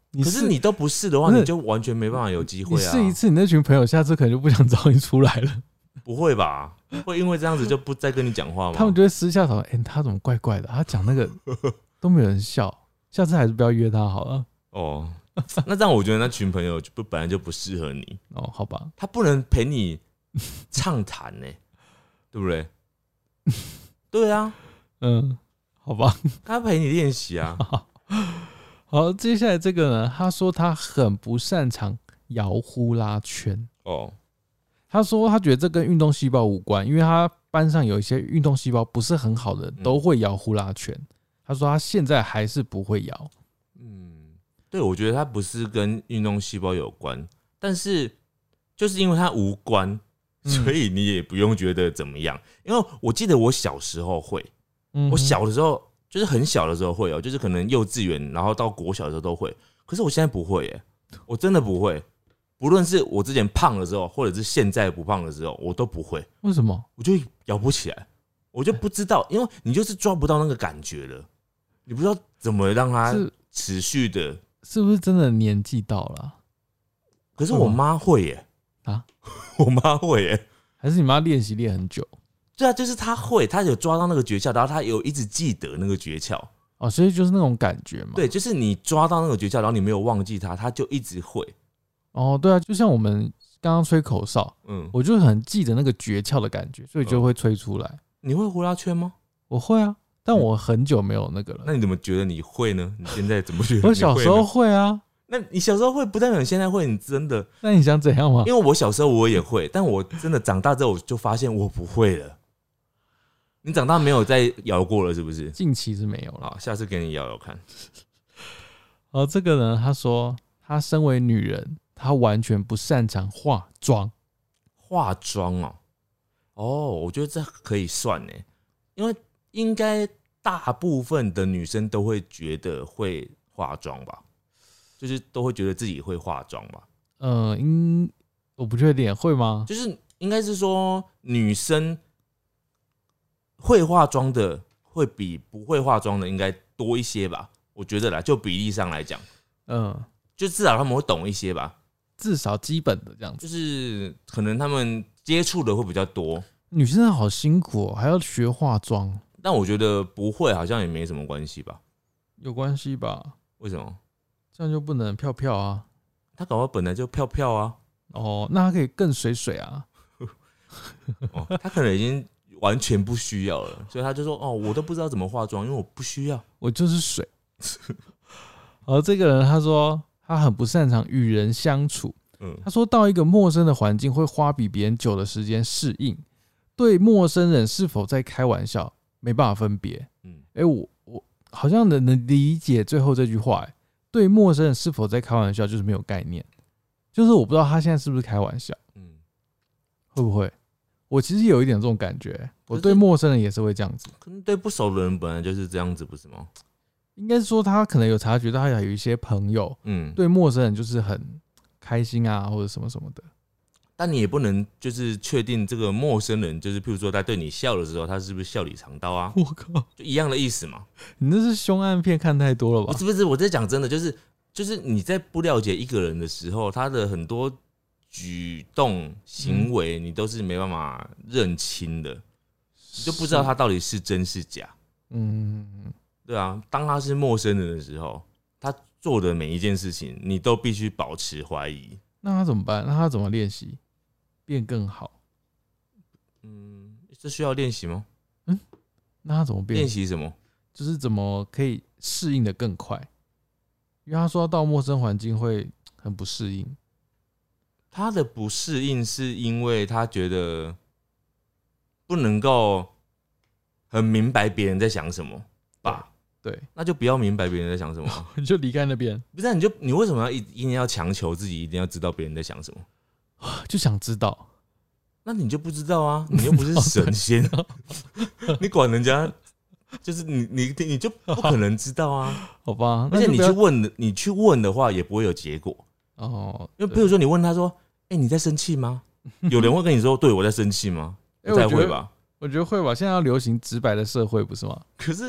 可是你都不试的话，你就完全没办法有机会啊。 你试一次，你那群朋友下次可能就不想找你出来了。 不会吧？会因为这样子就不再跟你讲话吗？ 他们就会私下讨论，哎、欸，他怎么怪怪的？他讲那个都没有人笑，下次还是不要约他好了。 哦，那这样我觉得那群朋友就不本来就不适合你。 哦，好吧， 他不能陪你畅谈呢，对不对？对啊， 嗯，好吧， 他陪你练习啊。 好，接下来这个呢，他说他很不擅长摇呼啦圈。哦。他说他觉得这跟运动细胞无关，因为他班上有一些运动细胞不是很好的都会摇呼啦圈。他说他现在还是不会摇。 嗯，对，我觉得他不是跟运动细胞有关，但是就是因为它无关，所以你也不用觉得怎么样。因为我记得我小时候会，我小的时候就是很小的时候会哦，就是可能幼稚园然后到国小的时候都会，可是我现在不会耶，我真的不会。不论是我之前胖的时候，或者是现在不胖的时候，我都不会。 为什么？ 我就摇不起来，我就不知道，因为你就是抓不到那个感觉了，你不知道怎么让它持续的。 是不是真的年纪到了、啊？ 可是我妈会耶，啊，我妈会耶， 还是你妈练习练很久？ 对啊，就是她会，她有抓到那个诀窍，然后她有一直记得那个诀窍。 哦，所以就是那种感觉嘛。 对，就是你抓到那个诀窍，然后你没有忘记它，她就一直会。 哦，对啊，就像我们刚刚吹口哨，嗯，我就很记得那个诀窍的感觉，所以就会吹出来。 你会呼啦圈吗？ 我会啊，但我很久没有那个了。 那你怎么觉得你会呢？你现在怎么觉得？ 我小时候会啊。 那你小时候会，不代表你现在会，你真的？ 那你想怎样吗？ 因为我小时候我也会，但我真的长大之后我就发现我不会了。你长大没有再摇过了，是不是？ 近期是没有了。 好，下次给你摇摇看。 好，这个呢，他说他身为女人。她完全不擅长化妆， 化妆哦，哦，我觉得这可以算呢，因为应该大部分的女生都会觉得会化妆吧，就是都会觉得自己会化妆吧。 呃，应我不确定会吗？ 就是应该是说女生会化妆的会比不会化妆的应该多一些吧，我觉得啦，就比例上来讲，嗯，就至少他们会懂一些吧。 至少基本的这样子， 就是可能他们接触的会比较多。 女生好辛苦、喔，还要学化妆。 但我觉得不会，好像也没什么关系吧？ 有关系吧？ 为什么？ 这样就不能飘飘啊？ 他搞不好本来就飘飘啊。 哦，那他可以更水水啊。 哦，他可能已经完全不需要了，所以他就说：“哦，我都不知道怎么化妆，因为我不需要， 我就是水。”而这个人他说。他很不擅长与人相处。他说到一个陌生的环境会花比别人久的时间适应，对陌生人是否在开玩笑没办法分别。哎，我我好像能能理解最后这句话，哎，对陌生人是否在开玩笑就是没有概念，就是我不知道他现在是不是开玩笑，会不会？我其实有一点这种感觉，我对陌生人也是会这样子， 可能对不熟的人本来就是这样子，不是吗？ 应该是说他可能有察觉到他有一些朋友，嗯，对陌生人就是很开心啊，或者什么什么的。 但你也不能就是确定这个陌生人，就是譬如说他对你笑的时候，他是不是笑里藏刀啊？ 我靠， 就一样的意思嘛。 你那是凶案片看太多了吧？ 不是不是，我在讲真的，就是就是你在不了解一个人的时候，他的很多举动行为，你都是没办法认清的，你就不知道他到底是真是假。嗯。对啊，当他是陌生人的时候，他做的每一件事情，你都必须保持怀疑。 那他怎么办？那他怎么练习变更好？ 嗯，这需要练习吗？ 嗯，那他怎么变？ 练习什么？ 就是怎么可以适应的更快？因为他说到陌生环境会很不适应。 他的不适应是因为他觉得不能够很明白别人在想什么吧。 对， 那就不要明白别人在想什么， 你就离开那边。 不是、啊，你就你为什么要一一定要强求自己一定要知道别人在想什么？ 就想知道， 那你就不知道啊，你又不是神仙，你管人家，就是你你你就不可能知道啊， 好吧？ 而且你去问，你去问的话也不会有结果哦。因为比如说你问他说：“哎、欸，你在生气吗？”有人会跟你说：“对，我在生气吗？”不太会吧？ 我觉得会吧。现在要流行直白的社会，不是吗？ 可是。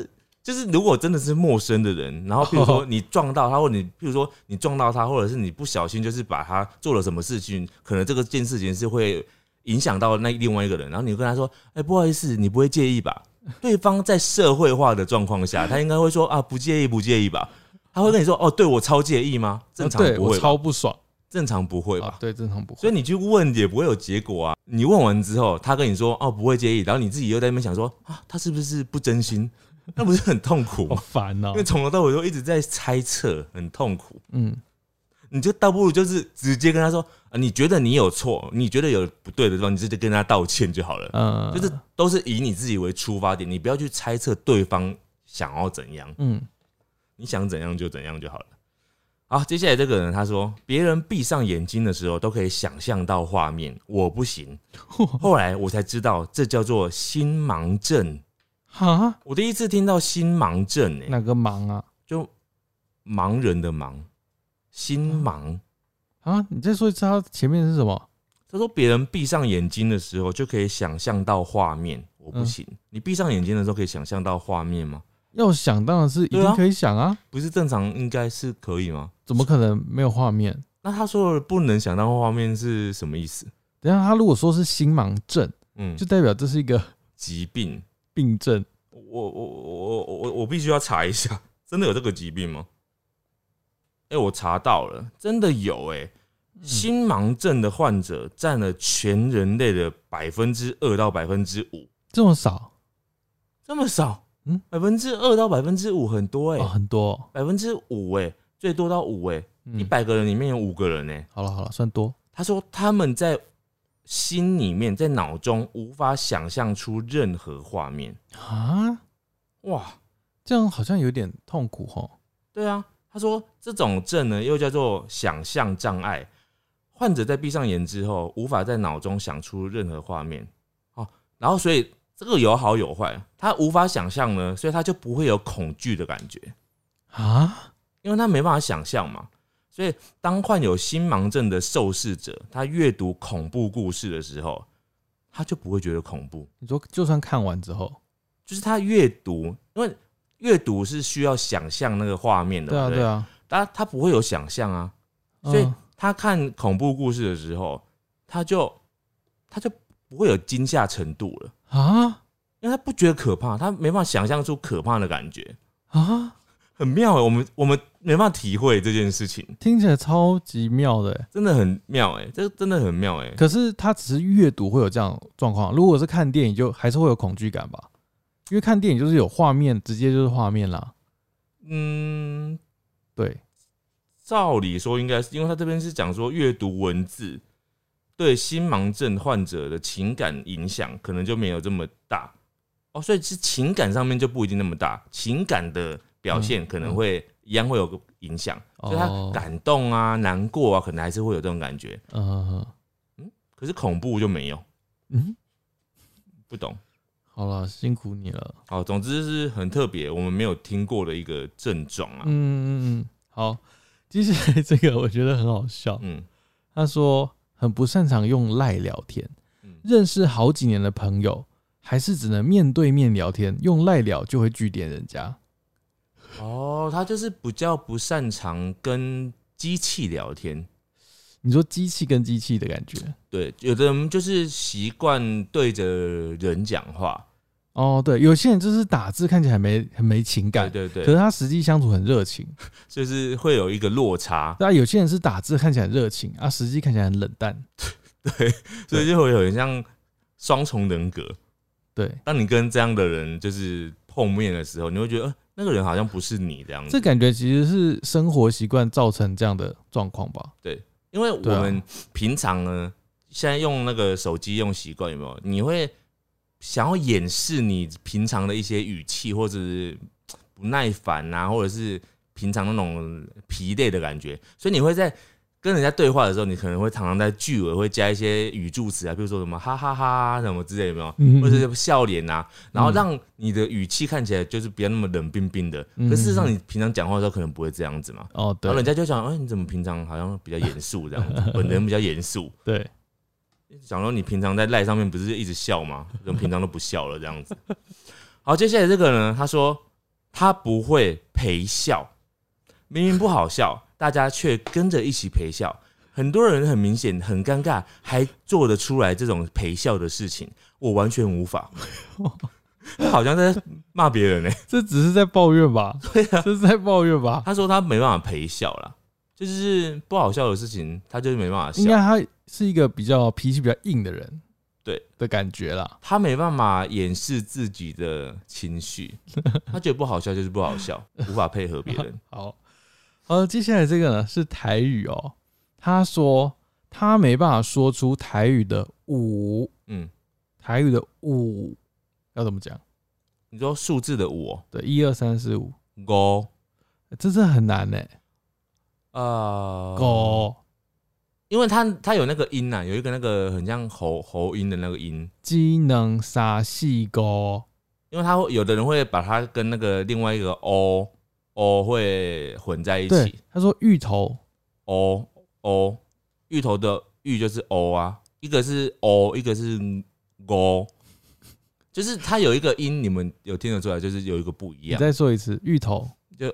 就是如果真的是陌生的人，然后比如说你撞到他，或者你比如说你撞到他，或者是你不小心就是把他做了什么事情，可能这个件事情是会影响到那另外一个人，然后你跟他说，哎、欸，不好意思，你不会介意吧？对方在社会化的状况下，他应该会说啊，不介意，不介意吧？他会跟你说，哦，对我超介意吗？正常不会吧， 对我超不爽。 正常不会吧、啊？ 对，正常不会。 所以你去问也不会有结果啊。你问完之后，他跟你说哦不会介意，然后你自己又在那边想说啊他是不是不真心？那不是很痛苦吗？ 好烦哦！ 因为从头到尾都一直在猜测，很痛苦。 嗯， 你就倒不如就是直接跟他说啊，你觉得你有错，你觉得有不对的地方，你直接跟他道歉就好了。嗯，就是都是以你自己为出发点，你不要去猜测对方想要怎样。嗯，你想怎样就怎样就好了。好，接下来这个人他说，别人闭上眼睛的时候都可以想象到画面，我不行。后来我才知道，这叫做心盲症。哈，我第一次听到心盲症、欸， 哪个盲啊？ 就盲人的盲，心盲啊！你再说一次，他前面是什么？ 他说别人闭上眼睛的时候就可以想象到画面，我不行。嗯、你闭上眼睛的时候可以想象到画面吗？ 要想当然是一定可以想 啊, 啊， 不是正常应该是可以吗？ 怎么可能没有画面？ 那他说的不能想到画面是什么意思？ 等一下，他如果说是心盲症，嗯，就代表这是一个疾病病症。 我我我我我我必须要查一下，真的有这个疾病吗？哎、欸，我查到了，真的有哎、欸。心盲症的患者占了全人类的百分之二到百分之五， 这么少？ 这么少？嗯，百分之二到百分之五很多哎、欸哦， 很多， 百分之五哎，最多到五哎、欸，一百个人里面有五个人哎、欸。 好了好了，算多。 他说他们在心里面，在脑中无法想象出任何画面啊！哇，这样好像有点痛苦哦。 对啊，他说这种症呢，又叫做想象障碍。患者在闭上眼之后，无法在脑中想出任何画面。哦，然后所以这个有好有坏，他无法想象呢，所以他就不会有恐惧的感觉啊，因为他没办法想象嘛。所以当患有心盲症的受试者，他阅读恐怖故事的时候，他就不会觉得恐怖。 你说就算看完之后， 就是他阅读，因为阅读是需要想象那个画面的， 对啊对啊， 他他不会有想象啊，所以他看恐怖故事的时候，他就他就不会有惊吓程度了啊，因为他不觉得可怕，他没办法想象出可怕的感觉啊。很妙哎，我们我们没办法体会这件事情， 听起来超级妙的， 真的很妙哎，这真的很妙哎。 可是他只是阅读会有这样状况，如果是看电影，就还是会有恐惧感吧？因为看电影就是有画面，直接就是画面啦。嗯，对， 照理说应该是，因为他这边是讲说阅读文字对心盲症患者的情感影响可能就没有这么大哦，所以是情感上面就不一定那么大，情感的表现可能会一样会有个影响，嗯嗯、所以他感动啊、难过啊，可能还是会有这种感觉。嗯嗯，可是恐怖就没有。嗯，不懂。 好了，辛苦你了。 好，总之是很特别，我们没有听过的一个症状啊。 嗯嗯嗯，好，接下来这个我觉得很好笑。嗯，他说很不擅长用赖聊天，嗯、认识好几年的朋友，还是只能面对面聊天，用赖聊就会句点人家。 哦，他就是比较不擅长跟机器聊天。 你说机器跟机器的感觉？ 对，有的人就是习惯对着人讲话。 哦，对，有些人就是打字看起来很没很没情感， 对对对， 可是他实际相处很热情， 就是会有一个落差。 对啊，有些人是打字看起来很热情，啊，实际看起来很冷淡。 对，所以就会有点像双重人格。 对， 当你跟这样的人就是碰面的时候，你会觉得，呃，那个人好像不是你这样子。 这感觉其实是生活习惯造成这样的状况吧？ 对，因为我们平常呢，现在用那个手机用习惯，有没有？你会想要掩饰你平常的一些语气，或者是不耐烦啊，或者是平常那种疲累的感觉，所以你会在跟人家对话的时候，你可能会常常在句尾会加一些语助词啊，比如说什么哈哈哈什么之类，有没有？嗯、或者是笑脸啊，然后让你的语气看起来就是不要那么冷冰冰的。嗯、可事实上，你平常讲话的时候可能不会这样子嘛。哦，对。然后人家就想，哎、欸，你怎么平常好像比较严肃这样子？本人比较严肃。 对。 讲说你平常在赖上面不是一直笑吗？跟平常都不笑了这样子。好，接下来这个呢，他说他不会陪笑，明明不好笑，大家却跟着一起陪笑。很多人很明显很尴尬，还做得出来这种陪笑的事情，我完全无法。他好像在骂别人呢、欸， 这只是在抱怨吧？ 对啊， 这是在抱怨吧？ 他说他没办法陪笑啦，就是不好笑的事情，他就是没办法笑。 应该他是一个比较脾气比较硬的人， 对的感觉啦。 他没办法掩饰自己的情绪，他觉得不好笑就是不好笑，无法配合别人。 好，好，接下来这个呢是台语哦。他说他没办法说出台语的五，嗯，台语的五要怎么讲？ 你说数字的五、喔， 对，一二三四五， 五， 这真的很难呢、欸。 呃， 五， 因为他他有那个音啊，有一个那个很像喉喉音的那个音， 技能三四五， 因为他有的人会把它跟那个另外一个 o o 会混在一起。 他说芋头 o o 芋头的芋就是 o 啊，一个是 o， 一个是 go， 就是它有一个音，你们有听得出来，就是有一个不一样。 你再说一次，芋头就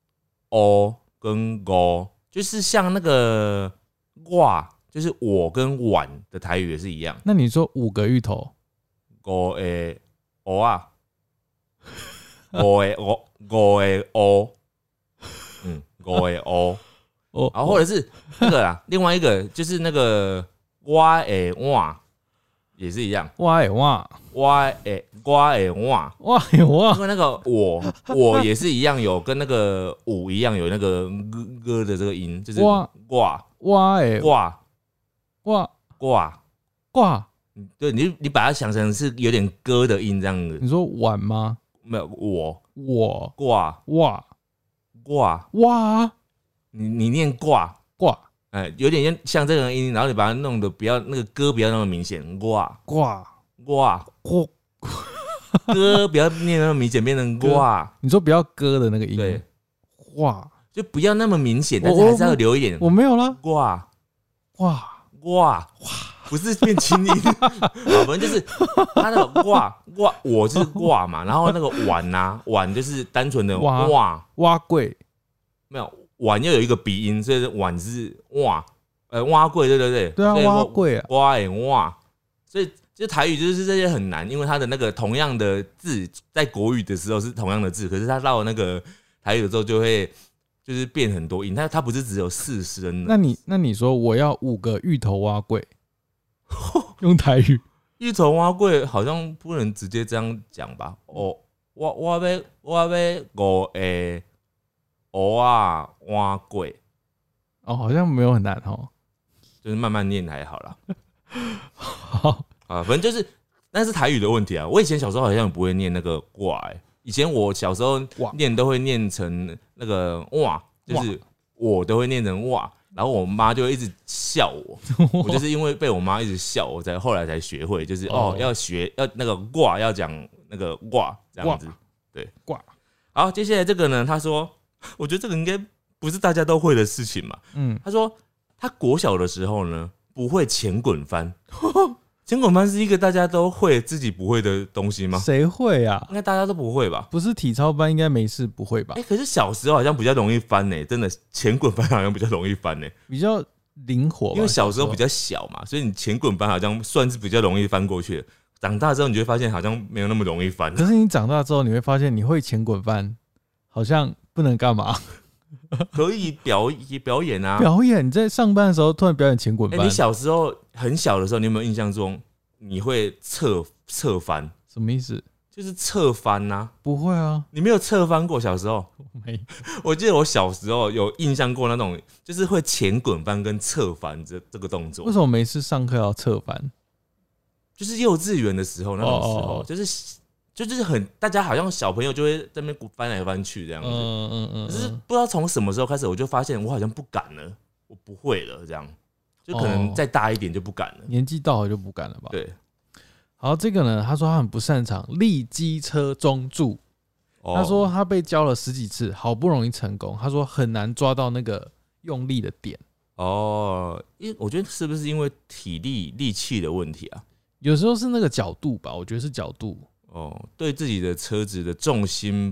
o 跟 go， 就是像那个哇，就是我跟碗的台语也是一样。 那你说五个芋头， 五诶 o 啊，五诶 o， 五诶 o， 嗯，五诶 o。 哦， 然后或者是那个啦，另外一个就是那个哇诶哇，也是一样， 哇诶哇， 哇诶哇诶哇， 哇诶哇， 因为那个我我也是一样，有跟那个五一样有那个歌的这个音，就是哇哇诶哇哇哇哇， 对你你把它想成是有点歌的音这样子。 你说碗吗？ 没有，我我挂哇挂哇。 你你念挂挂， 哎，有点像这个音，然后你把它弄得不要那个歌不要那么明显，挂挂挂挂， 歌不要念那么明显，变成挂。 你说不要歌的那个音， 对， 挂就不要那么明显，但是还是要留一点。 我没有了， 挂挂挂，不是变轻音，好，反正就是它那个挂挂，我就是挂嘛，然后那个碗呐，碗就是单纯的哇哇贵。 没有碗又有一个鼻音，所以碗是哇，呃哇贵，对对对， 对啊，哇贵啊， 哇诶哇，所以就台语就是这些很难，因为它的那个同样的字，在国语的时候是同样的字，可是它到了那个台语的时候就会就是变很多音，它它不是只有四声。 那你那你说我要五个芋头蛙贵，用台语， 芋头蛙贵好像不能直接这样讲吧？哦，我我要我要五个。蚵啊，蛙贵哦，好像没有很难哦， 就是慢慢念还好啦。 好啊，反正就是那是台语的问题啊。我以前小时候好像不会念那个哇、欸，以前我小时候念都会念成那个哇，就是我都会念成哇，然后我妈就会一直笑我，我就是因为被我妈一直笑，我才后来才学会，就是哦要学要那个哇要讲那个哇这样子，对哇。 好，接下来这个呢，他说。我觉得这个应该不是大家都会的事情嘛。嗯，他说他国小的时候呢，不会前滚翻。前滚翻是一个大家都会自己不会的东西吗？ 谁会啊？ 应该大家都不会吧？ 不是体操班，应该没事不会吧？ 哎、欸，可是小时候好像比较容易翻呢、欸，真的前滚翻好像比较容易翻呢、欸， 比较灵活。 因为小时候比较小嘛，所以你前滚翻好像算是比较容易翻过去的。长大之后，你就会发现好像没有那么容易翻。 可是你长大之后，你会发现你会前滚翻，好像。不能干嘛？ 可以表表演啊！ 表演，你在上班的时候突然表演前滚翻、 欸。你小时候很小的时候，你有没有印象中你会侧侧翻？ 什么意思？ 就是侧翻啊？ 不会啊， 你没有侧翻过小时候？ 没。 我记得我小时候有印象过那种，就是会前滚翻跟侧翻这这个动作。 为什么每次上课要侧翻？ 就是幼稚园的时候那种时候，哦、就是。就就是很，大家好像小朋友就会在那边翻来翻去这样子，嗯嗯嗯。可是不知道从什么时候开始，我就发现我好像不敢了，我不会了，这样就可能再大一点就不敢了。哦、 年纪到了就不敢了吧？ 对。 好，这个呢，他说他很不擅长立机车中柱，哦、他说他被教了十几次，好不容易成功，他说很难抓到那个用力的点。 哦，因我觉得是不是因为体力力气的问题啊？ 有时候是那个角度吧，我觉得是角度。 哦，对自己的车子的重心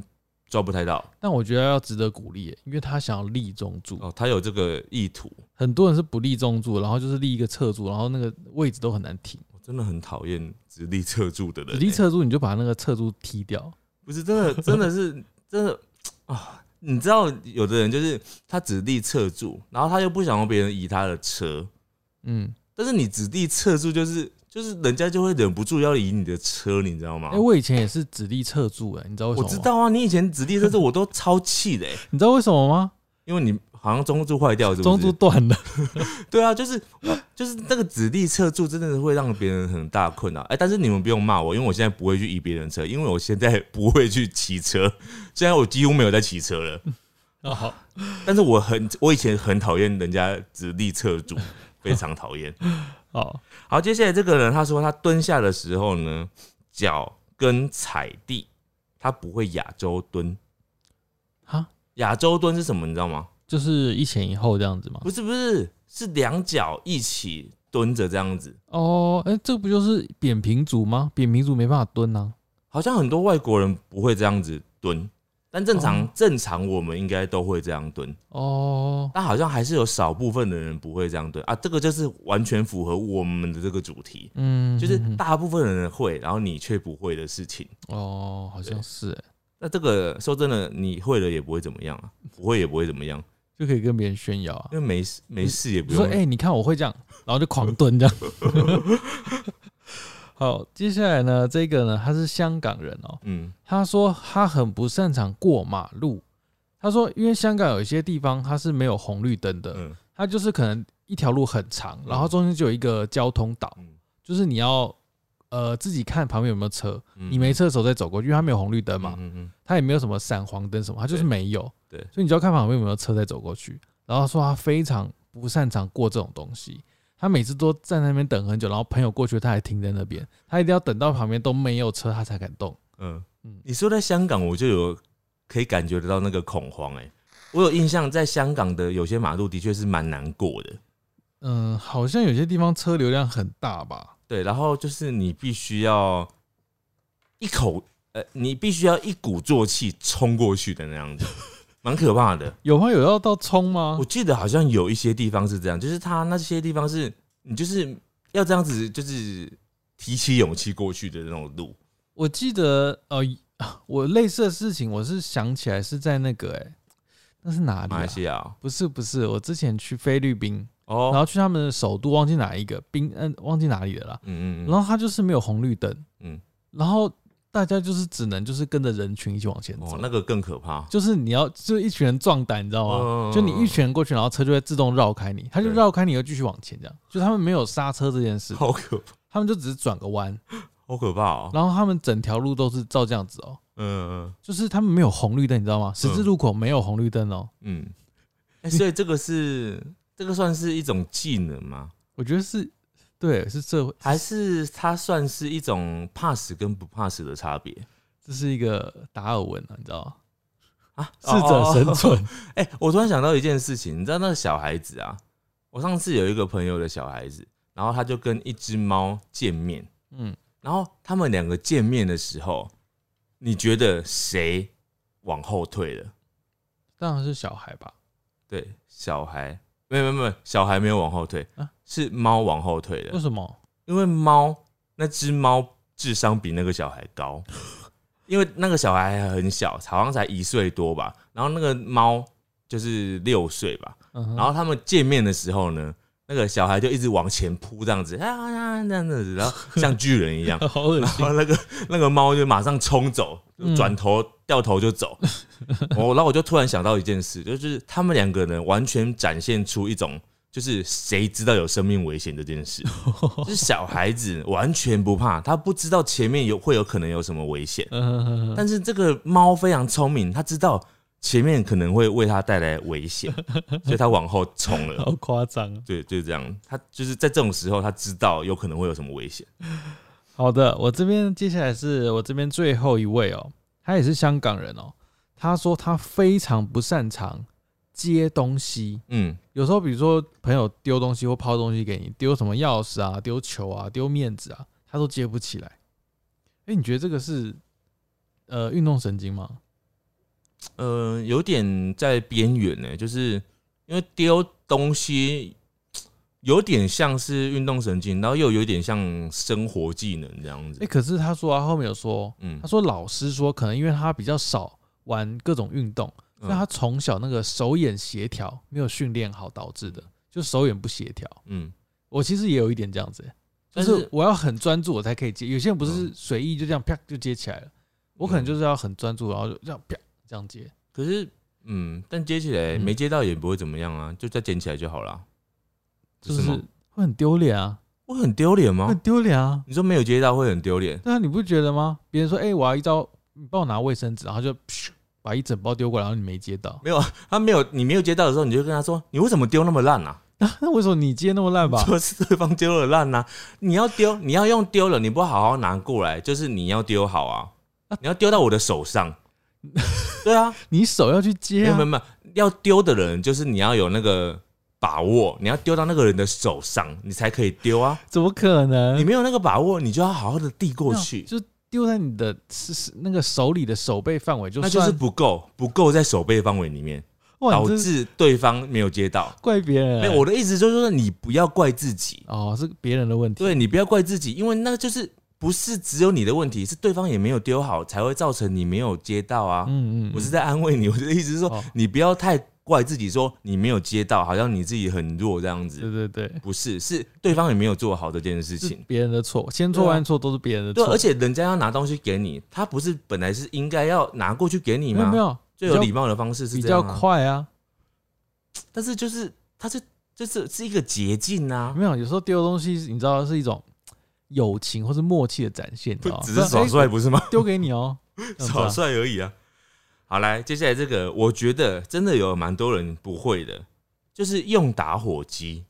抓不太到。 但我觉得要值得鼓励，因为他想要立中柱哦，他有这个意图。 很多人是不立中柱，然后就是立一个侧柱，然后那个位置都很难停。 我真的很讨厌直立侧柱的人、欸。 直立侧柱你就把那个侧柱踢掉。 不是真的，真的是真的啊！你知道有的人就是他只立侧柱，然后他又不想让别人移他的车，嗯，但是你只立侧柱就是。就是人家就会忍不住要移你的车，你知道吗？ 哎、欸，我以前也是直立侧柱的，你知道为什么吗？ 我知道啊，你以前直立侧柱我都超气的、欸， 你知道为什么吗？ 因为你好像中柱坏掉，是不是？ 中柱断了。 对啊，就是就是那个直立侧柱真的会让别人很大困扰。哎、欸，但是你们不用骂我，因为我现在不会去移别人车，因为我现在不会去骑车，现在我几乎没有在骑车了。 哦，好， 但是我很我以前很讨厌人家直立侧柱，非常讨厌。 好， 好，接下来这个人他说他蹲下的时候呢，脚跟踩地，他不会亚洲蹲。 哈， 亚洲蹲是什么？你知道吗？ 就是一前一后这样子吗？ 不是，不是，是两脚一起蹲着这样子。 哦，哎、欸，这不就是扁平足吗？扁平足没办法蹲啊。 好像很多外国人不会这样子蹲。但正常、哦、正常我们应该都会这样蹲哦，但好像还是有少部分的人不会这样蹲啊。这个就是完全符合我们的这个主题，嗯，就是大部分人会，然后你却不会的事情。 哦，好像是哎。 那这个说真的，你会了也不会怎么样啊，不会也不会怎么样， 就可以跟别人炫耀啊， 因为没事没事也不用说哎、欸，你看我会这样，然后就狂蹲这样。好，接下来呢，这个呢，他是香港人哦、喔，嗯，他说他很不擅长过马路。他说，因为香港有一些地方它是没有红绿灯的，嗯，它就是可能一条路很长，然后中间就有一个交通岛，嗯，就是你要呃自己看旁边有没有车，嗯，你没车的时候再走过去，因为它没有红绿灯嘛，嗯嗯，它也没有什么闪黄灯什么，它就是没有，对，对，所以你就要看旁边有没有车再走过去。然后他说他非常不擅长过这种东西。他每次都站在那边等很久，然后朋友过去，他还停在那边，他一定要等到旁边都没有车，他才敢动。嗯嗯，你说在香港，我就有可以感觉得到那个恐慌哎、欸。我有印象，在香港的有些马路的确是蛮难过的。 嗯，好像有些地方车流量很大吧？ 对，然后就是你必须要一口呃，你必须要一鼓作气冲过去的那样子。蛮可怕的， 有吗？有要到冲吗？ 我记得好像有一些地方是这样，就是他那些地方是你就是要这样子，就是提起勇气过去的那种路。 我记得呃，我类似的事情，我是想起来是在那个哎、欸，那是哪里、啊？ 马来西亚？ 不是不是，我之前去菲律宾，哦，然后去他们的首都，忘记哪一个宾，嗯，忘记哪里了啦。嗯嗯嗯。然后它就是没有红绿灯，嗯，然后。大家就是只能就是跟着人群一起往前走， 哦，那个更可怕。 就是你要就一群人壮胆，你知道吗？哦，就你一群人过去，然后车就会自动绕开你，他就绕开你，又继续往前这样。就他们没有刹车这件事， 好可怕。 他们就只是转个弯， 好可怕哦。 然后他们整条路都是照这样子哦，嗯嗯，就是他们没有红绿灯，你知道吗？十字路口没有红绿灯哦，嗯， 欸，所以这个是这个算是一种技能吗？ 我觉得是。对，是这还是它算是一种怕死跟不怕死的差别？ 这是一个达尔文啊，你知道吗？啊，适者生存。 哎、欸，我突然想到一件事情，你知道那个小孩子啊？我上次有一个朋友的小孩子，然后他就跟一只猫见面，嗯，然后他们两个见面的时候，你觉得谁往后退了？ 当然是小孩吧？ 对，小孩。没有没有没有，小孩没有往后退，啊，是猫往后退的。 为什么？ 因为猫那只猫智商比那个小孩高，因为那个小孩还很小，好像才一岁多吧。然后那个猫就是六岁吧。嗯，然后他们见面的时候呢，那个小孩就一直往前扑，这样子啊，这样子，然后像巨人一样。 好恶心。 然后那个那个猫就马上冲走，转头掉头就走。我然后我就突然想到一件事，就是他们两个人完全展现出一种，就是谁知道有生命危险这件事，就是小孩子完全不怕，他不知道前面有会有可能有什么危险，但是这个猫非常聪明，他知道前面可能会为他带来危险，所以他往后冲了。 好夸张！ 对，就是这样。他就是在这种时候，他知道有可能会有什么危险。 好的，我这边接下来是我这边最后一位哦，他也是香港人哦。他说他非常不擅长接东西，嗯，有时候比如说朋友丢东西或抛东西给你，丢什么钥匙啊、丢球啊、丢面子啊，他都接不起来。哎、欸，你觉得这个是呃运动神经吗？ 呃，有点在边缘呢，就是因为丢东西有点像是运动神经，然后又有点像生活技能这样子。 哎、欸，可是他说啊，后面有说，嗯，他说老师说，可能因为他比较少玩各种运动，所以他从小那个手眼协调没有训练好导致的，就手眼不协调。嗯，我其实也有一点这样子、欸，就是我要很专注我才可以接。有些人不是随意就这样啪就接起来了，我可能就是要很专注，然后就这样啪这样接。 可是，嗯，但接起来没接到也不会怎么样啊，就再捡起来就好了。 就是会很丢脸啊！ 会很丢脸吗？ 很丢脸啊！ 你说没有接到会很丢脸？ 对啊，你不觉得吗？别人说，哎、欸，我要一招，你帮我拿卫生纸，然后就把一整包丢过来，然后你没接到。 没有，他没有，你没有接到的时候，你就跟他说，你为什么丢那么烂啊？ 啊，那为什么你接那么烂吧？ 就是对方丢了烂啊！你要丢，你要用丢了，你不好好拿过来，就是你要丢好啊！啊你要丢到我的手上。对啊， 你手要去接啊！ 没有没有，要丢的人就是你要有那个把握，你要丢到那个人的手上，你才可以丢啊！ 怎么可能？ 你没有那个把握，你就要好好的递过去， 就丢在你的那个手里的手背范围，就那就是不够，不够在手背范围里面，导致对方没有接到。 怪别人、欸？ 没有，我的意思就是说，你不要怪自己哦，是别人的问题。 对，你不要怪自己，因为那就是。不是只有你的问题，是对方也没有丢好，才会造成你没有接到啊。嗯嗯，我是在安慰你，我的意思是说，哦、你不要太怪自己，说你没有接到，好像你自己很弱这样子。 对对对， 不是，是对方也没有做好这件事情， 别人的错，先做完错都是别人的错。 对，而且人家要拿东西给你，他不是本来是应该要拿过去给你吗？ 没有， 最有礼貌的方式是这样、啊、 比较快啊。 但是就是它是就是是一个捷径啊。 没有，有时候丢东西，你知道是一种。友情或是默契的展现，你知道吗？ 只是耍帅不是吗？ 丢给你哦、 喔，耍帅而已啊。好，来，接下来这个，我觉得真的有蛮多人不会的，就是用打火机。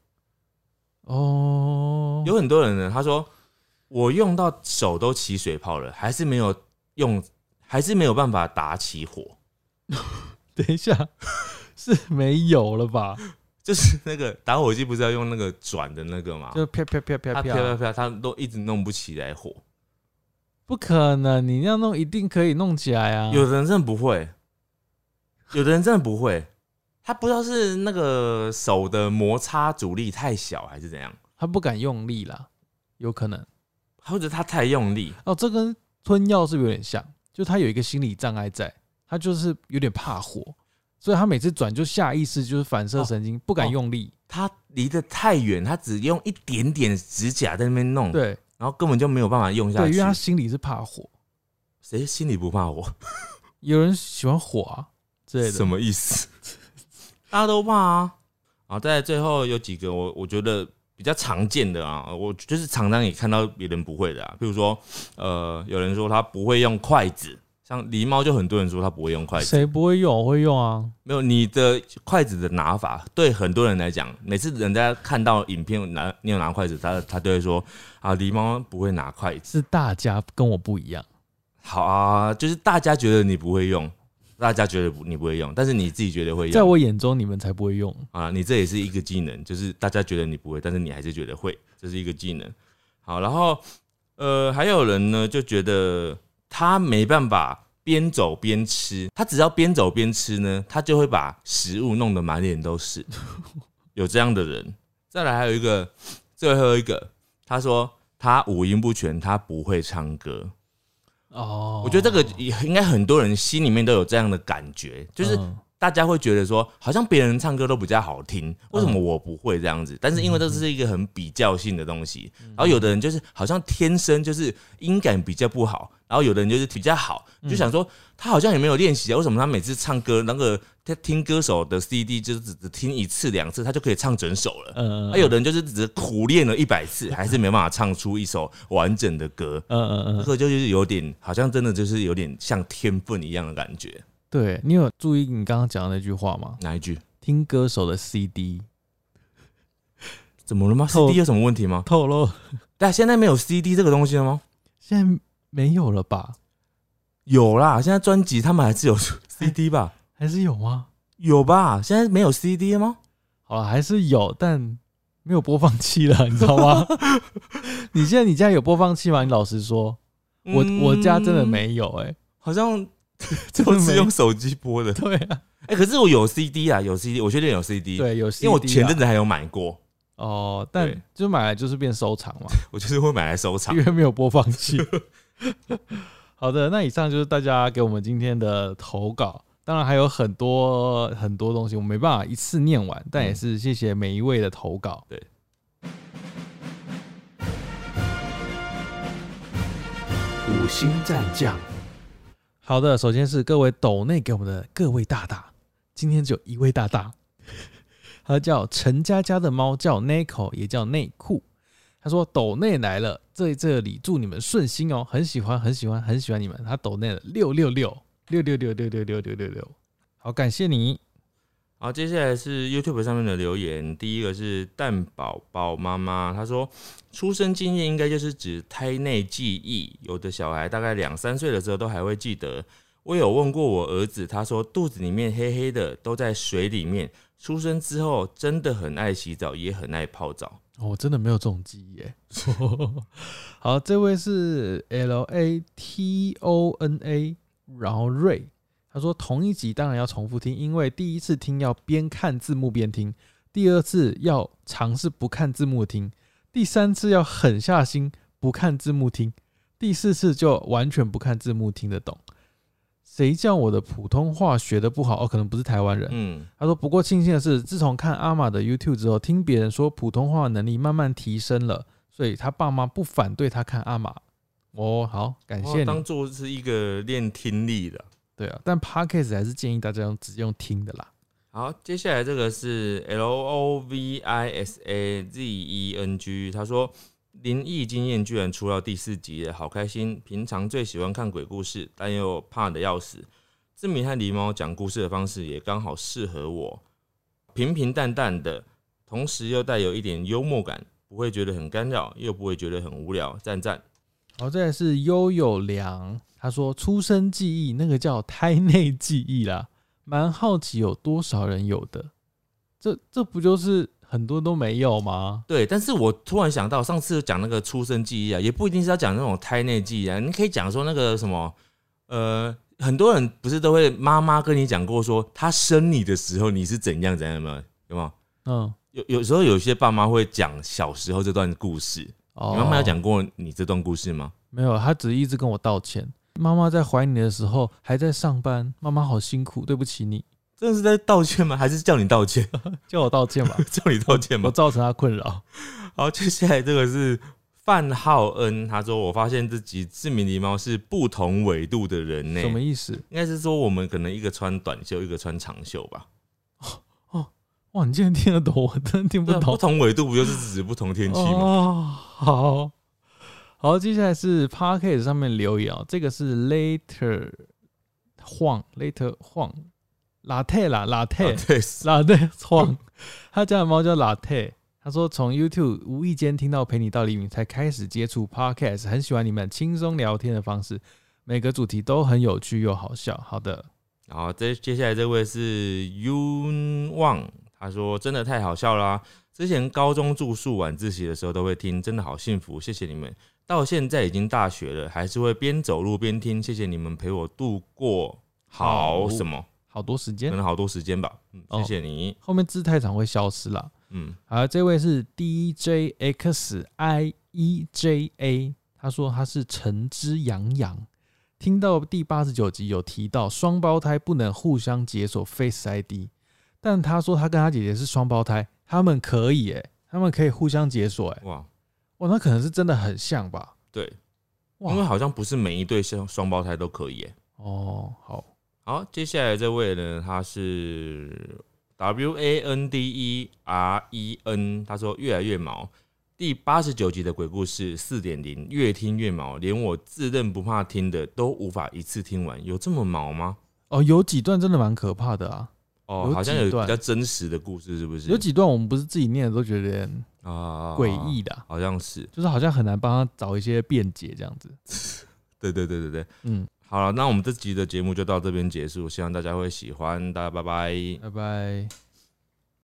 哦，有很多人呢，他说我用到手都起水泡了，还是没有用，还是没有办法打起火。 等一下，是没有了吧？ 就是那个打火机不是要用那个转的那个吗？ 就啪啪啪啪啪啪啪啪，它都一直弄不起来火。 不可能，你那样弄一定可以弄起来啊！ 有的人真的不会，有的人真的不会，他不知道是那个手的摩擦阻力太小还是怎样， 他不敢用力啦，有可能， 或者他太用力。 哦，这跟吞药是不是有点像？就他有一个心理障碍在，他就是有点怕火。所以他每次转就下意识就是反射神经，哦、不敢用力。 他离得太远，他只用一点点指甲在那边弄， 对， 然后根本就没有办法用下去。 对，因为他心里是怕火。 谁心里不怕火？ 有人喜欢火啊之类的。 什么意思？大家都怕啊。然后在最后有几个我我觉得比较常见的啊，我就是常常也看到别人不会的啊，比如说呃，有人说他不会用筷子。像狸猫就很多人说他不会用筷子， 谁不会用？我会用啊。 没有，你的筷子的拿法对很多人来讲，每次人家看到影片拿你有拿筷子，他他都会说啊，狸猫不会拿筷子。 是大家跟我不一样。 好啊，就是大家觉得你不会用，大家觉得你不会用，但是你自己觉得会用。 在我眼中，你们才不会用啊！你这也是一个技能，就是大家觉得你不会，但是你还是觉得会，这是一个技能。好，然后呃，还有人呢就觉得他没办法边走边吃，他只要边走边吃呢，他就会把食物弄得满脸都是。有这样的人。再来还有一个，最后一个，他说他五音不全，他不会唱歌。哦，我觉得这个应该很多人心里面都有这样的感觉，就是大家会觉得说，好像别人唱歌都比较好听，为什么我不会这样子？但是因为这是一个很比较性的东西，然后有的人就是好像天生就是音感比较不好，然后有的人就是比较好，就想说他好像也没有练习啊，为什么他每次唱歌那个他听歌手的 C D 就是只听一次两次，他就可以唱整首了？嗯，有的人就是只苦练了一百次，还是没办法唱出一首完整的歌。嗯嗯嗯，这个就是有点好像真的就是有点像天分一样的感觉。 对，你有注意你刚刚讲的那句话吗？ 哪一句？ 听歌手的 C D 怎么了吗 ？C D 有什么问题吗？ 透露。 但现在没有 C D 这个东西了吗？ 现在没有了吧？ 有啦，现在专辑他们还是有 C D 吧？ 还是有吗？ 有吧？现在没有 C D 了吗？ 好了，还是有，但没有播放器了，你知道吗？你现在你家有播放器吗？你老实说，我、嗯、我家真的没有哎、欸， 好像都是用手机播的。 对啊， 哎、欸，可是我有 C D 啊，有 C D， 我确定有 C D， 对，有 C D， 因为我前阵子还有买过。 哦，但就买来就是变收藏嘛， 我就是会买来收藏， 因为没有播放器。好的，那以上就是大家给我们今天的投稿，当然还有很多很多东西，我没办法一次念完，但也是谢谢每一位的投稿。 对， 五星战将。 好的，首先是各位抖内给我们的各位大大，今天只有一位大大。他叫陈佳佳的猫，叫 Neko， 也叫内裤。他说抖内来了，在这里祝你们顺心哦，很喜欢，很喜欢，很喜欢你们。他抖内了六六六六六六六六六六六六，好，感谢你。 好，接下来是 YouTube 上面的留言，第一个是蛋宝宝妈妈，她说出生经验应该就是指胎内记忆，有的小孩大概两三岁的时候都还会记得。我有问过我儿子，他说肚子里面黑黑的都在水里面，出生之后真的很爱洗澡，也很爱泡澡。 哦，我真的没有这种记忆耶。好，这位是 L A T O N A， 然后瑞，他说同一集当然要重复听，因为第一次听要边看字幕边听，第二次要尝试不看字幕听，第三次要狠下心不看字幕听，第四次就完全不看字幕听得懂。谁叫我的普通话学得不好？哦，可能不是台湾人。嗯，他说，不过庆幸的是，自从看阿玛的 YouTube 之后，听别人说普通话能力慢慢提升了，所以他爸妈不反对他看阿玛。哦，好，感谢你。 当做是一个练听力的。 对啊，但 Podcast 还是建议大家用直接用听的啦。 好，接下来这个是 L O V I S A Z E N G， 他说灵异经验居然出到第四集了，好开心！平常最喜欢看鬼故事，但又怕的要死。志明和狸猫讲故事的方式也刚好适合我，平平淡淡的，同时又带有一点幽默感，不会觉得很干扰，又不会觉得很无聊，赞赞。 好，再来是悠悠良，他说出生记忆那个叫胎内记忆啦，蛮好奇有多少人有的，这这不就是很多都没有吗？ 对，但是我突然想到，上次讲那个出生记忆啊，也不一定是要讲那种胎内记忆啊，你可以讲说那个什么，呃，很多人不是都会妈妈跟你讲过说，她生你的时候你是怎样怎样，有没有？有没有？嗯，有有时候有些爸妈会讲小时候这段故事，哦、你妈妈有讲过你这段故事吗？ 没有，她只一直跟我道歉。妈妈在怀你的时候还在上班，妈妈好辛苦，对不起你。 真的是在道歉吗？还是叫你道歉？ 叫我道歉吧， 叫你道歉吧， 我造成他困扰。 好，接下来这个是范浩恩，他说我发现自己志明狸猫是不同纬度的人呢， 什么意思？ 应该是说我们可能一个穿短袖，一个穿长袖吧。 哦哦，哇，你竟然听得懂，我真的听不懂。 不同纬度不就是指不同天气吗？ 哦，好好，接下来是 Podcast 上面留言哦，这个是 Later 晃 Later 晃。拉特啦，拉特，拉特晃，他家的猫叫拉特。他说从 YouTube 无意间听到陪你到黎明，才开始接触 Podcast， 很喜欢你们轻松聊天的方式，每个主题都很有趣又好笑。好的， 好，这接下来这位是 Yun Wang， 他说真的太好笑啦、啊！之前高中住宿晚自习的时候都会听，真的好幸福，谢谢你们。到现在已经大学了，还是会边走路边听，谢谢你们陪我度过好什么。好多时间， 可能好多时间吧。嗯，谢谢你。 哦、后面字太长会消失啦。嗯，好，这位是 D J X I E J A， 他说他是陈之洋洋，听到第八十九集有提到双胞胎不能互相解锁 Face I D， 但他说他跟他姐姐是双胞胎，他们可以哎，他们可以互相解锁哎。哇哇，那可能是真的很像吧？ 对，因为好像不是每一对双胞胎都可以哎。 哦，好。 好，接下来这位呢，他是 W A N D E R E N， 他说越来越毛，第八十九集的鬼故事 四点零 越听越毛，连我自认不怕听的都无法一次听完，有这么毛吗？ 哦，有几段真的蛮可怕的啊。 哦，好像有比较真实的故事，是不是？ 有几段我们不是自己念的都觉得啊诡异的、啊， 好像是， 就是好像很难帮他找一些辩解这样子。 对对对对对，嗯。好了，那我们这集的节目就到这边结束，希望大家会喜欢，大家拜拜， 拜拜。